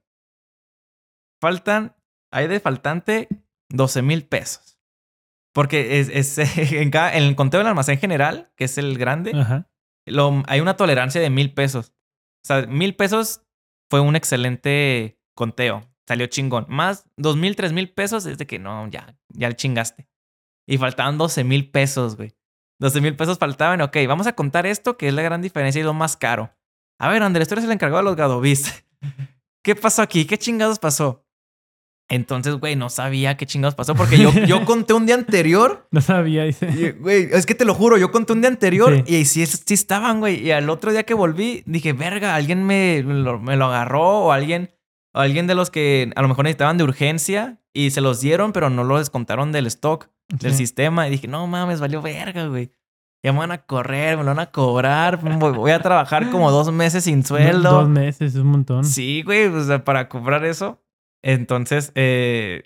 Faltan, hay de faltante doce mil pesos. Porque es, es en, cada- en el conteo del almacén general, que es el grande, Ajá. lo, hay una tolerancia de mil pesos. O sea, mil pesos fue un excelente conteo. Salió chingón. Más dos mil, tres mil pesos es de que no, ya, ya le chingaste. Y faltaban doce mil pesos, güey. doce mil pesos faltaban. Ok, vamos a contar esto, que es la gran diferencia y lo más caro. A ver, Andrés, tú eres el encargado de los Gadovis. ¿Qué pasó aquí? ¿Qué chingados pasó? Entonces, güey, no sabía qué chingados pasó porque yo, yo conté un día anterior. No sabía, dice. Y, güey, es que te lo juro, yo conté un día anterior Sí. y sí, sí estaban, güey. Y al otro día que volví, dije, verga, alguien me, me lo, me lo agarró o alguien, o alguien de los que a lo mejor necesitaban de urgencia y se los dieron, pero no lo descontaron del stock, del Sí. sistema. Y dije, no mames, valió verga, güey. Ya me van a correr, me lo van a cobrar. Voy voy a trabajar como dos meses sin sueldo. Dos meses, es un montón. Sí, güey, o sea, para cobrar eso. Entonces, eh,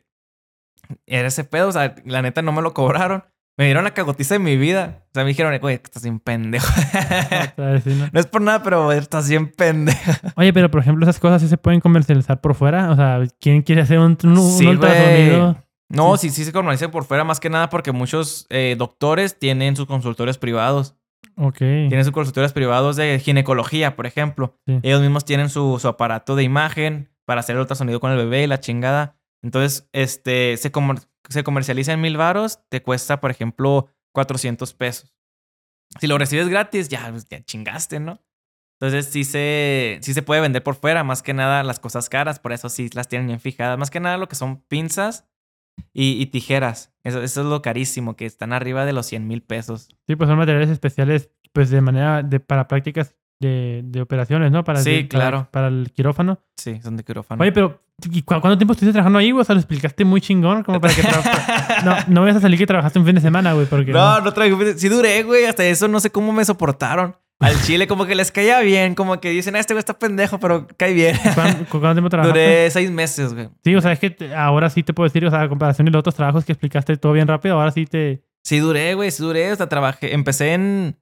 era ese pedo, o sea, la neta no me lo cobraron. Me dieron la cagotiza de mi vida. O sea, me dijeron, güey, estás bien pendejo. Otra vez, sí, ¿no? No es por nada, pero güey, estás bien pendejo. Oye, pero por ejemplo, esas cosas sí se pueden comercializar por fuera. O sea, ¿quién quiere hacer un, un, un Sí, ultrasonido? No, sí, sí se comercializan por fuera, más que nada porque muchos eh, doctores tienen sus consultorios privados. Ok. Tienen sus consultorios privados de ginecología, por ejemplo. Sí. Ellos mismos tienen su, su aparato de imagen para hacer el ultrasonido con el bebé y la chingada. Entonces, este, se, comer- se comercializa en mil varos, te cuesta, por ejemplo, cuatrocientos pesos. Si lo recibes gratis, ya, pues, ya chingaste, ¿no? Entonces, sí se, sí se puede vender por fuera, más que nada las cosas caras, por eso sí las tienen bien fijadas. Más que nada lo que son pinzas y, y tijeras. Eso, eso es lo carísimo, que están arriba de los cien mil pesos. Sí, pues son materiales especiales, pues de manera de para prácticas de, de operaciones, ¿no? Para, Sí, de- para- claro. Para el quirófano. Sí, son de quirófano. Oye, pero ¿y cu- cuánto tiempo estuviste trabajando ahí, güey? O sea, lo explicaste muy chingón, como para que... tra- no, no vayas a salir que trabajaste un fin de semana, güey, porque... No, no traigo. Sí duré, güey. Hasta eso no sé cómo me soportaron. Al chile como que les caía bien. Como que dicen, ah, este güey está pendejo, pero cae bien. ¿Cuán- cu- ¿Cuánto tiempo trabajaste? Duré seis meses, güey. Sí, o sea, es que te- ahora sí te puedo decir, o sea, a comparación de los otros trabajos que explicaste todo bien rápido, ahora sí te... Sí duré, güey. Sí duré. Hasta trabajé. Empecé en...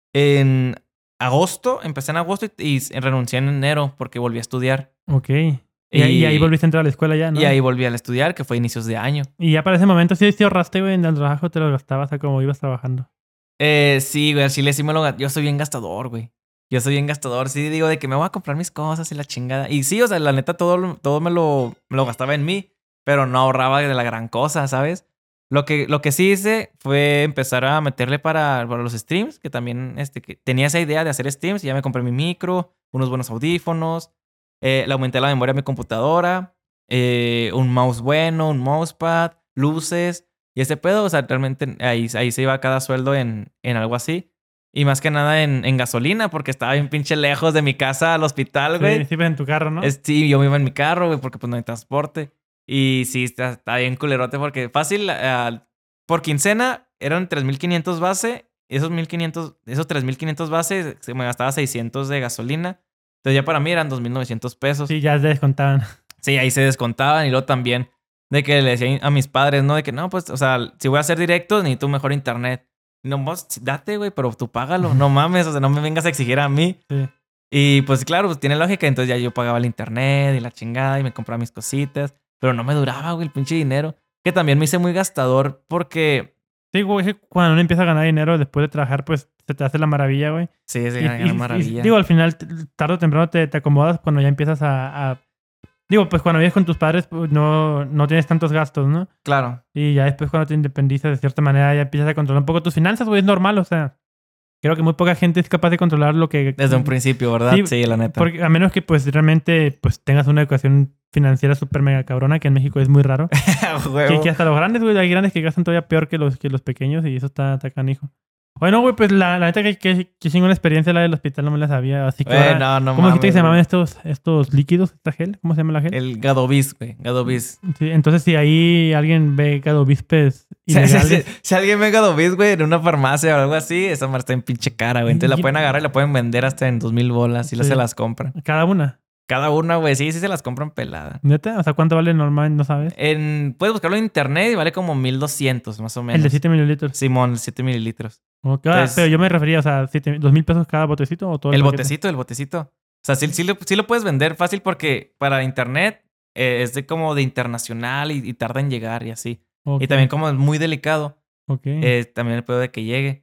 En agosto. Empecé en agosto y, y renuncié en enero porque volví a estudiar. Ok. Y, ahí- y ahí volviste a entrar a la escuela ya, ¿no? Y ahí volví a estudiar, que fue inicios de año. Y ya para ese momento sí, sí ahorraste, güey, en el trabajo te lo gastabas a como ibas trabajando. Eh, sí, güey. Al chile sí me lo... ga- Yo soy bien gastador, güey. Yo soy bien gastador. Sí digo de que me voy a comprar mis cosas y la chingada. Y sí, o sea, la neta todo, lo- todo me, lo, me lo gastaba en mí. Pero no ahorraba de la gran cosa, ¿sabes? Lo que, lo que sí hice fue empezar a meterle para, para los streams. Que también este, que tenía esa idea de hacer streams. Y ya me compré mi micro, unos buenos audífonos. Eh, le aumenté la memoria a mi computadora. eh, un mouse bueno, un mousepad, luces. Y ese pedo, o sea, realmente ahí, ahí se iba cada sueldo en, en algo así. Y más que nada en, en gasolina, porque estaba bien pinche lejos de mi casa al hospital, güey. Sí, sí, pues en tu carro, ¿no? Es- sí, yo me iba en mi carro, güey, porque pues no hay transporte. Y sí, está, está bien culerote porque fácil, ah, por quincena eran tres mil quinientos base. Esos mil quinientos, esos tres mil quinientos base, se me gastaba seiscientos de gasolina. Entonces ya para mí eran dos mil novecientos pesos. Sí, ya se descontaban. Sí, ahí se descontaban y luego también de que le decía a mis padres, ¿no? De que no, pues, o sea, si voy a hacer directos, necesito un mejor internet. No, vos, date, güey, pero tú págalo. No mames, o sea, no me vengas a exigir a mí. Sí. Y pues claro, pues tiene lógica. Entonces ya yo pagaba el internet y la chingada y me compraba mis cositas. Pero no me duraba, güey, el pinche dinero. Que también me hice muy gastador porque... Sí, güey, es que cuando uno empieza a ganar dinero después de trabajar, pues se te hace la maravilla, güey. Sí, es Y- una y- gran y- maravilla. digo, al final, t- tarde o temprano te, te acomodas cuando ya empiezas a, a- Digo, pues cuando vives con tus padres, pues no, no tienes tantos gastos, ¿no? Claro. Y ya después cuando te independizas, de cierta manera, ya empiezas a controlar un poco tus finanzas, güey, es normal, o sea... Creo que muy poca gente es capaz de controlar lo que... Desde un principio, ¿verdad? Sí, Sí, la neta. Porque a menos que pues realmente pues tengas una educación financiera súper mega cabrona, que en México es muy raro. Huevo. Que, que hasta los grandes, güey, hay grandes que gastan todavía peor que los, que los pequeños y eso está, está canijo. Bueno, güey, pues la, la neta que, que, que chingona experiencia la del hospital, no me la sabía. Así que Güey, ahora- no, no ¿cómo dijiste que mames, se llamaban güey. estos, estos líquidos, esta gel? ¿Cómo se llama la gel? El Gadovis, güey. Gadovis. Sí, entonces si ahí alguien ve gadovispes Si, si- ilegales... si- si alguien ve Gadovis, güey, en una farmacia o algo así, esa madre está en pinche cara, güey. Entonces la pueden agarrar y la pueden vender hasta en dos mil bolas y Sí. se las compran. Cada una. Cada una, güey, sí, sí se las compran pelada. ¿Neta? O sea, ¿cuánto vale normal? ¿No sabes? En, puedes buscarlo en internet y vale como mil doscientos más o menos. El de siete mililitros. Simón, siete mililitros. Ok, ah, Entonces- pero yo me refería, o sea, siete- ¿dos mil pesos cada botecito o todo el, El paquete? botecito, el botecito. O sea, sí, sí, lo, sí lo puedes vender fácil porque para internet eh, es de como de internacional y, y tarda en llegar y así. Ok, Y también como es muy delicado, ok. eh, también el pedo de que llegue.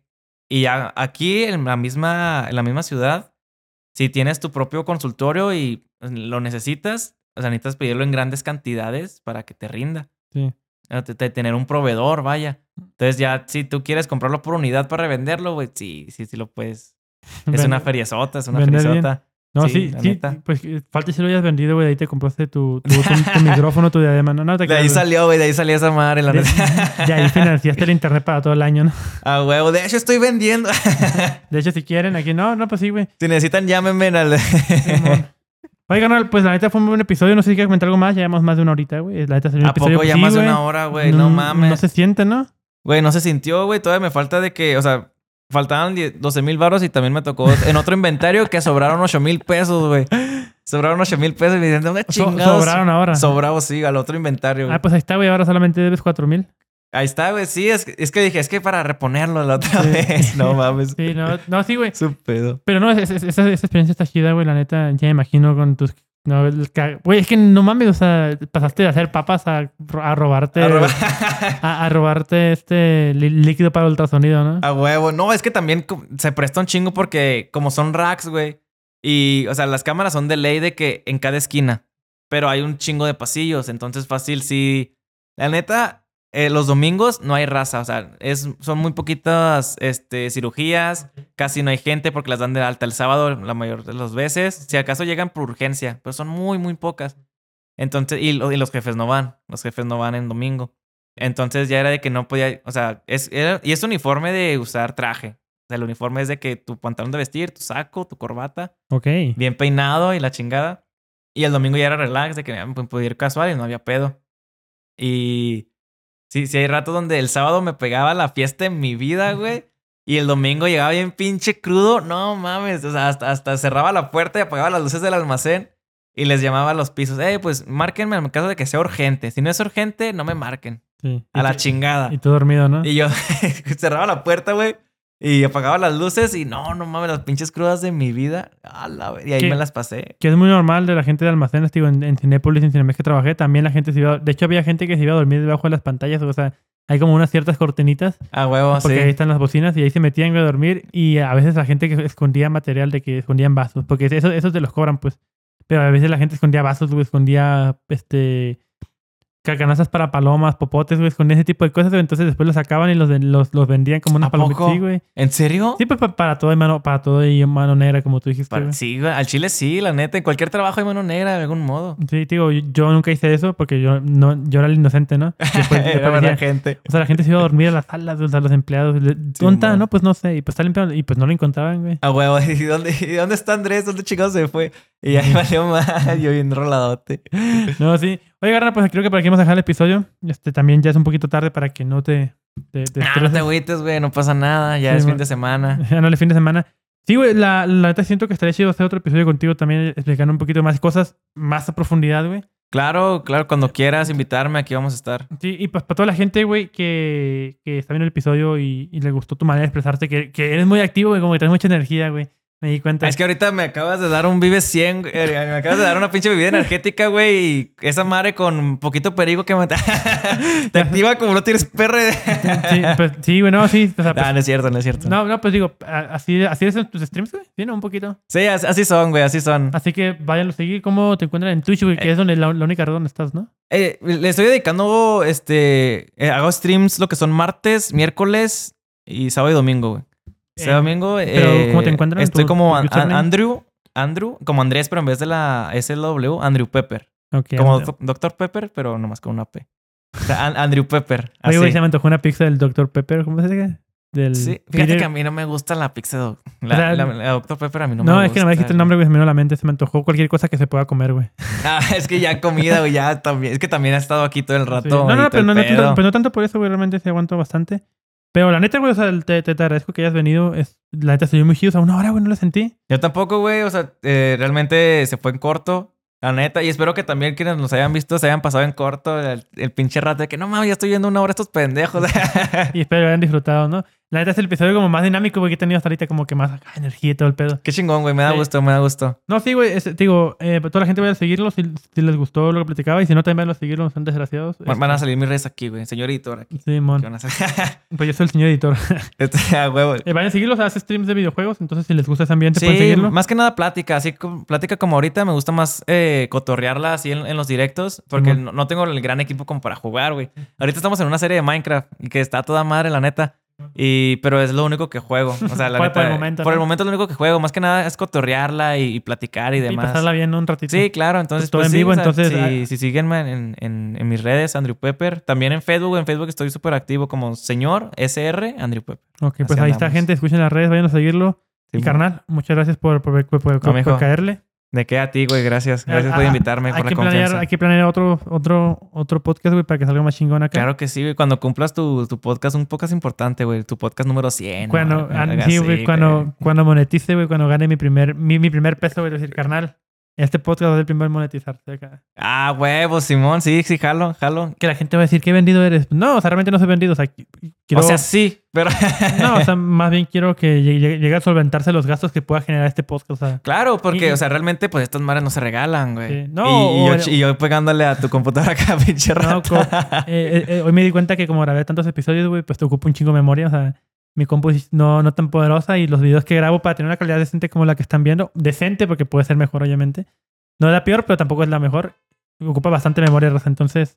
Y ya aquí en la misma, en la misma ciudad, si tienes tu propio consultorio y lo necesitas, o sea, necesitas pedirlo en grandes cantidades para que te rinda. Sí. De, de tener un proveedor, vaya. Entonces ya si tú quieres comprarlo por unidad para revenderlo, güey, sí, sí, sí lo puedes. Es Vende- una feriezota, es una vender bien. feriezota. No, Sí, sí, la sí, neta. pues eh, falta si lo hayas vendido, güey, de ahí te compraste tu, tu, tu, tu micrófono, tu diadema. No, no te De ahí creas, güey. salió, güey, de ahí salió esa madre, la De, neta. de ahí financiaste el internet para todo el año, ¿no? Ah, huevo, de hecho estoy vendiendo. De hecho, si quieren, aquí no, no, pues sí, güey. Si necesitan, llámenme al... Simón. Oye, carnal, pues la neta fue un buen episodio. No sé si quieres comentar algo más. Ya llevamos más de una horita, güey. La neta salió un ¿A episodio poco ya sí, más de güey. una hora, güey? No mames. No se siente, ¿no? Güey, no se sintió, güey. Todavía me falta de que, o sea, faltaban doce mil baros y también me tocó en otro inventario que sobraron ocho mil pesos, güey. Sobraron ocho mil pesos y me dicen, ¿dónde So- chingados? sobraron ahora. Sobrado, sí, al otro inventario, güey. Ah, pues ahí está, güey. Ahora solamente debes cuatro mil. Ahí está, güey. Sí, es, que- es que dije, es que para reponerlo la otra Sí. vez. No mames. Sí, no, no, sí, güey. Su pedo. Pero no, es- es- esa, esa experiencia está chida, güey. La neta, ya me imagino con tus... No, el ca- güey, es que no mames, o sea, pasaste de hacer papas a, a robarte... A robar- a, a robarte este lí- líquido para ultrasonido, ¿no? A huevo. No, es que también co- se presta un chingo porque como son racks, güey. Y, o sea, las cámaras son de ley de que en cada esquina. Pero hay un chingo de pasillos. Entonces, fácil, sí. La neta, eh, los domingos no hay raza. O sea, es, son muy poquitas este, cirugías. Casi no hay gente porque las dan de alta el sábado la mayor de las veces. Si acaso llegan por urgencia. Pero son muy, muy pocas. Entonces, y, lo- y los jefes no van. Los jefes no van en domingo. Entonces ya era de que no podía, o sea, es, era- y es uniforme de usar traje. O sea, el uniforme es de que tu pantalón de vestir, tu saco, tu corbata, Ok. bien peinado y la chingada. Y el domingo ya era relax, de que ya me podía ir casual y no había pedo. Y sí, sí hay ratos donde el sábado me pegaba la fiesta en mi vida, güey. Y el domingo llegaba bien pinche crudo. No mames, o sea, hasta, hasta cerraba la puerta y apagaba las luces del almacén. Y les llamaba a los pisos, eh, pues márquenme en caso de que sea urgente. Si no es urgente, no me marquen. Sí. A Y la tú- chingada. Y tú dormido, ¿no? Y yo cerraba la puerta, güey. Y apagaba las luces y no, no mames, las pinches crudas de mi vida. A la ve- y ahí ¿Qué? me las pasé. Que es muy normal de la gente de almacenes, digo, en, en Cinépolis, en Cinemex que trabajé, también la gente se iba... De hecho, había gente que se iba a dormir debajo de las pantallas, o sea, hay como unas ciertas cortinitas, A huevo, porque ahí sí. están las bocinas y ahí se metían a dormir y a veces la gente que escondía material de que escondían vasos, porque eso, eso te los cobran, pues. Pero a veces la gente escondía vasos, güey, escondía, este... canastas para palomas, popotes, güey, con ese tipo de cosas, güey. Entonces después los sacaban y los, ven- los, los vendían como una ¿A palomita. poco? Sí, güey. ¿En serio? Sí, pues pa- para todo hay mano, para todo hay mano negra, como tú dijiste, Para- güey. sí, güey. Al chile sí, la neta. En cualquier trabajo hay mano negra de algún modo. Sí, digo, yo, yo nunca hice eso porque yo no, yo era el inocente, ¿no? Después, Era después buena decía- gente. o sea, la gente se iba a dormir a las salas, o sea, los empleados. le- ¿Dónde está? man. No, pues no sé. Y pues está limpiando. Y pues no lo encontraban, güey. A huevo. ¿Y dónde, y dónde está Andrés? ¿Dónde chingados se fue? Y ahí valió mal. Yo bien roladote. No, sí. Oye, Garra, pues creo que por aquí vamos a dejar el episodio. Este también ya es un poquito tarde para que no te... te, te Ah, no estreses. te agüites, güey. No pasa nada. Ya Sí, es fin man. de semana. Ya no, el fin de semana. Sí, güey, la, la neta siento que estaría chido hacer otro episodio contigo también explicando un poquito más cosas, más a profundidad, güey. Claro, claro. Cuando quieras invitarme, aquí vamos a estar. Sí, y pues para toda la gente, güey, que, que está viendo el episodio y, y le gustó tu manera de expresarte, que, que eres muy activo, güey, como que traes mucha energía, güey. Me di cuenta. Es que ahorita me acabas de dar un Vive cien, güey. Me acabas de dar una pinche bebida energética, güey. Y esa madre con un poquito perigo que me... te activa como no tienes perro. Sí, pues, sí, güey, no, sí. O sea, pues, No, no es cierto, no es cierto. no, no, pues digo, a- así, así es en tus streams, güey. Sí, ¿no? Un poquito. Sí, as- así son, güey, así son. Así que váyanlo a seguir. ¿Cómo te encuentran en Twitch, güey? Que es donde la, la única red donde estás, ¿no? Eh, le estoy dedicando, este... eh, hago streams lo que son martes, miércoles y sábado y domingo, güey. Sábado y Eh, domingo... pero, eh, ¿cómo te encuentran? Estoy ¿Tu- como tu An- username? Andrew... Andrew, como Andrés, pero en vez de la S W, Andrew Pepper. Ok. Como anda. doc- doctor Pepper, pero nomás con una P. O sea, An- Andrew Pepper. Oye, güey, así. se me antojó una pizza del doctor Pepper. ¿Cómo se dice? Del Sí, fíjate Peter- que a mí no me gusta la pizza doc. La, O sea, la- la doctor Pepper a mí no, No, me gusta. es que no me dijiste el nombre, güey. Se me vino a la mente. Se me antojó cualquier cosa que se pueda comer, güey. Ah, es que ya comida, güey, ya también. Es que también ha estado aquí todo el Sí. rato. No, y no, todo pero el no, no, pedo. tanto, pero no tanto por eso, güey. Realmente se aguantó bastante. Pero la neta, güey, o sea, te, te, te agradezco que hayas venido. Es, la neta, estoy muy chido. O sea, una hora, güey, no la sentí. Yo tampoco, güey. O sea, eh, realmente se fue en corto. La neta. Y espero que también quienes nos hayan visto se hayan pasado en corto el, el pinche rato de que no mames, ya estoy viendo una hora estos pendejos. Y espero que hayan disfrutado, ¿no? La neta es el episodio como más dinámico, güey, que he tenido hasta ahorita, como que más acá, energía y todo el pedo. Qué chingón, güey. Me da Sí. gusto, me da gusto. No, sí, güey. es- Te digo, eh, toda la gente vaya a seguirlo si, si les gustó lo que platicaba. Y si no, también vayan a seguirlo, son desgraciados. Van van a Este, salir mis redes aquí, güey. Señor editor aquí. Sí, mon. ¿Qué van a hacer? Pues yo soy el señor editor. Este, a huevo. Eh, vayan a seguirlo, o sea, hace streams de videojuegos. Entonces, si les gusta ese ambiente, pueden Sí, seguirlo. más que nada plática. Así como, plática como ahorita. Me gusta más eh, cotorrearla así en, en los directos. Porque Simón. no, no tengo el gran equipo como para jugar, güey. Ahorita estamos en una serie de Minecraft. Y que está toda madre, la neta. Y, pero es lo único que juego. O sea, la Por- neta. por el momento, Por ¿no? el momento es lo único que juego. Más que nada es cotorrearla y, y platicar y Y demás. pasarla bien, ¿no? Un ratito. Sí, claro. Entonces, Todo pues, en sí, vivo, o sea, entonces, Si, ah, si síguenme en, en, en mis redes, Andrew Pepper. También en Facebook. En Facebook estoy súper activo como señor S R Andrew Pepper. Ok, pues Así ahí está, andamos. gente. Escuchen las redes, vayan a seguirlo. Sí, Y carnal, muchas gracias por, por, por, por- por mijo. caerle. ¿De qué a ti, güey? Gracias. Gracias por Ah, invitarme, hay por la que planear, confianza. Hay que planear otro, otro, otro podcast, güey, para que salga más chingón acá. Claro que sí, güey. Cuando cumplas tu, tu podcast, un podcast importante, güey. Tu podcast número cien. Cuando, ¿no? ah, Algo sí, así, güey, cuando, cuando monetice, güey, cuando gane mi primer, mi, mi primer peso, güey, decir, carnal, este podcast va a ser el primer en monetizarse acá. Ah, huevo, Simón. Sí, sí, jalo, jalo. Que la gente va a decir, ¿qué vendido eres? No, o sea, realmente no soy vendido. O sea, qui- quiero... O sea, sí, pero... No, o sea, más bien quiero que llegue, llegue a solventarse los gastos que pueda generar este podcast. O sea, Claro, porque, Y- o sea, realmente, pues, estas madres no se regalan, güey. Sí. No, y, y yo, o- ch- y yo pegándole a tu computadora acá, pinche no, rata. co- eh, eh, eh, hoy me di cuenta que como grabé tantos episodios, güey, pues te ocupa un chingo de memoria. O sea, mi compu es no, no tan poderosa y los videos que grabo para tener una calidad decente como la que están viendo, decente porque puede ser mejor, obviamente. No es la peor, pero tampoco es la mejor. Ocupa bastante memoria, raza. Entonces,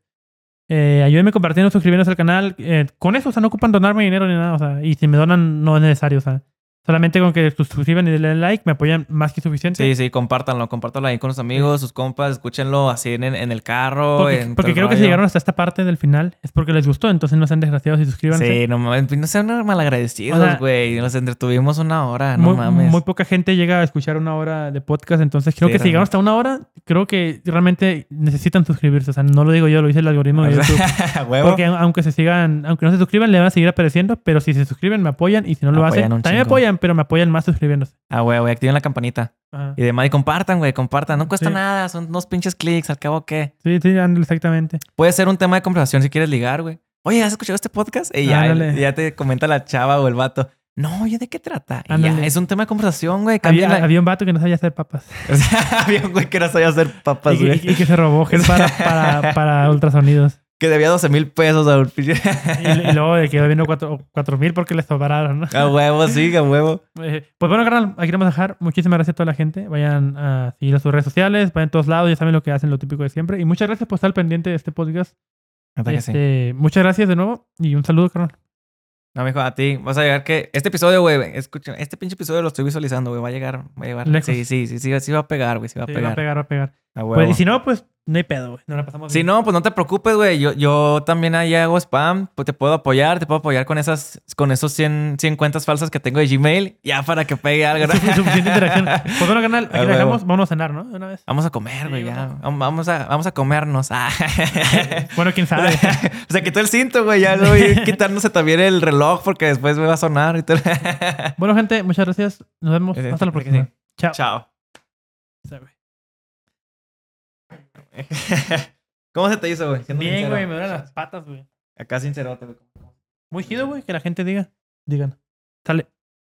eh, ayúdenme compartiendo, suscribiéndose al canal. Eh, con eso, o sea, no ocupan donarme dinero ni nada. O sea, y si me donan, no es necesario. O sea, solamente con que sus- suscriban y denle like, me apoyan más que suficiente. Sí, sí, compártanlo. Compártanlo ahí con sus amigos, sus compas. Escúchenlo así en, en el carro. Porque, en porque todo el creo que si rollo. llegaron hasta esta parte del final es porque les gustó. Entonces no sean desgraciados y suscríbanse. Sí, no mames, no sean O malagradecidos, sea, güey. Nos entretuvimos una hora, no muy, mames. muy poca gente llega a escuchar una hora de podcast, entonces creo Sí, que si llegaron realmente. hasta una hora, creo que realmente necesitan suscribirse. O sea, no lo digo yo, lo dice el algoritmo de YouTube. ¿A huevo? Porque aunque se sigan, aunque no se suscriban, le van a seguir apareciendo, pero si se suscriben, me apoyan, y si no lo Apoyan hacen, un también me chingo. apoyan, pero me apoyan más suscribiéndose. Ah, güey, güey, activen la campanita. Ajá. Y demás, y compartan, güey, compartan. No cuesta Sí. nada, son unos pinches clics, al cabo, ¿qué? Sí, sí, ándale, exactamente. Puede ser un tema de conversación si quieres ligar, güey. Oye, ¿has escuchado este podcast? Y ya, Ándale. ya te comenta la chava o el vato. No, oye, ¿de qué trata? Y ya, Ándale. es un tema de conversación, güey. Había, Había, había un vato que no sabía hacer papas. había un güey que no sabía hacer papas, Y, que- güey. y que se robó gel para, para, para ultrasonidos. Que debía doce mil pesos a un pinche... Y, y luego le quedó viendo cuatro mil porque le sobraron, ¿no? A huevo, sí, a huevo. Eh, Pues bueno, carnal, aquí vamos a dejar. Muchísimas gracias a toda la gente. Vayan a seguir a sus redes sociales, vayan a todos lados, ya saben lo que hacen, lo típico de siempre. Y muchas gracias por estar pendiente de este podcast. Neta que sí. Este, muchas gracias de nuevo y un saludo, carnal. No, mijo, a ti. Vas a llegar que... Este episodio, güey, escucha, este pinche episodio lo estoy visualizando, güey. Va a llegar, va a llegar. Lejos. Sí, sí, sí, sí, sí va a pegar, güey. Sí va a Sí, pegar. va a pegar, va a pegar. A huevo. Pues, y si no, pues no hay pedo, güey. No la pasamos Si bien. no, pues no te preocupes, güey. Yo, yo también ahí hago spam. Pues te puedo apoyar. Te puedo apoyar con esas... Con esos cien, cien cuentas falsas que tengo de Gmail. Ya para que pegue algo, ¿no? Sufi- Suficiente interacción. Pues bueno, carnal, aquí A la huevo. dejamos. Vamos a cenar, ¿no? De una vez. Vamos a comer, Sí, güey, ya. vamos. Vamos vamos a, vamos a comernos. Ah. Bueno, quién sabe. O sea, quitó el cinto, güey. Ya voy quitándose también el reloj porque después me va a sonar y todo. Bueno, gente, muchas gracias. Nos vemos. Sí, Hasta la sí. próxima. Chao. Chao. Sí, güey. ¿Cómo se te hizo, güey? Siendo Bien, sincero. güey, me duelen las patas, güey. Acá sincerote, güey. Muy chido, güey, que la gente diga. Digan. Sale.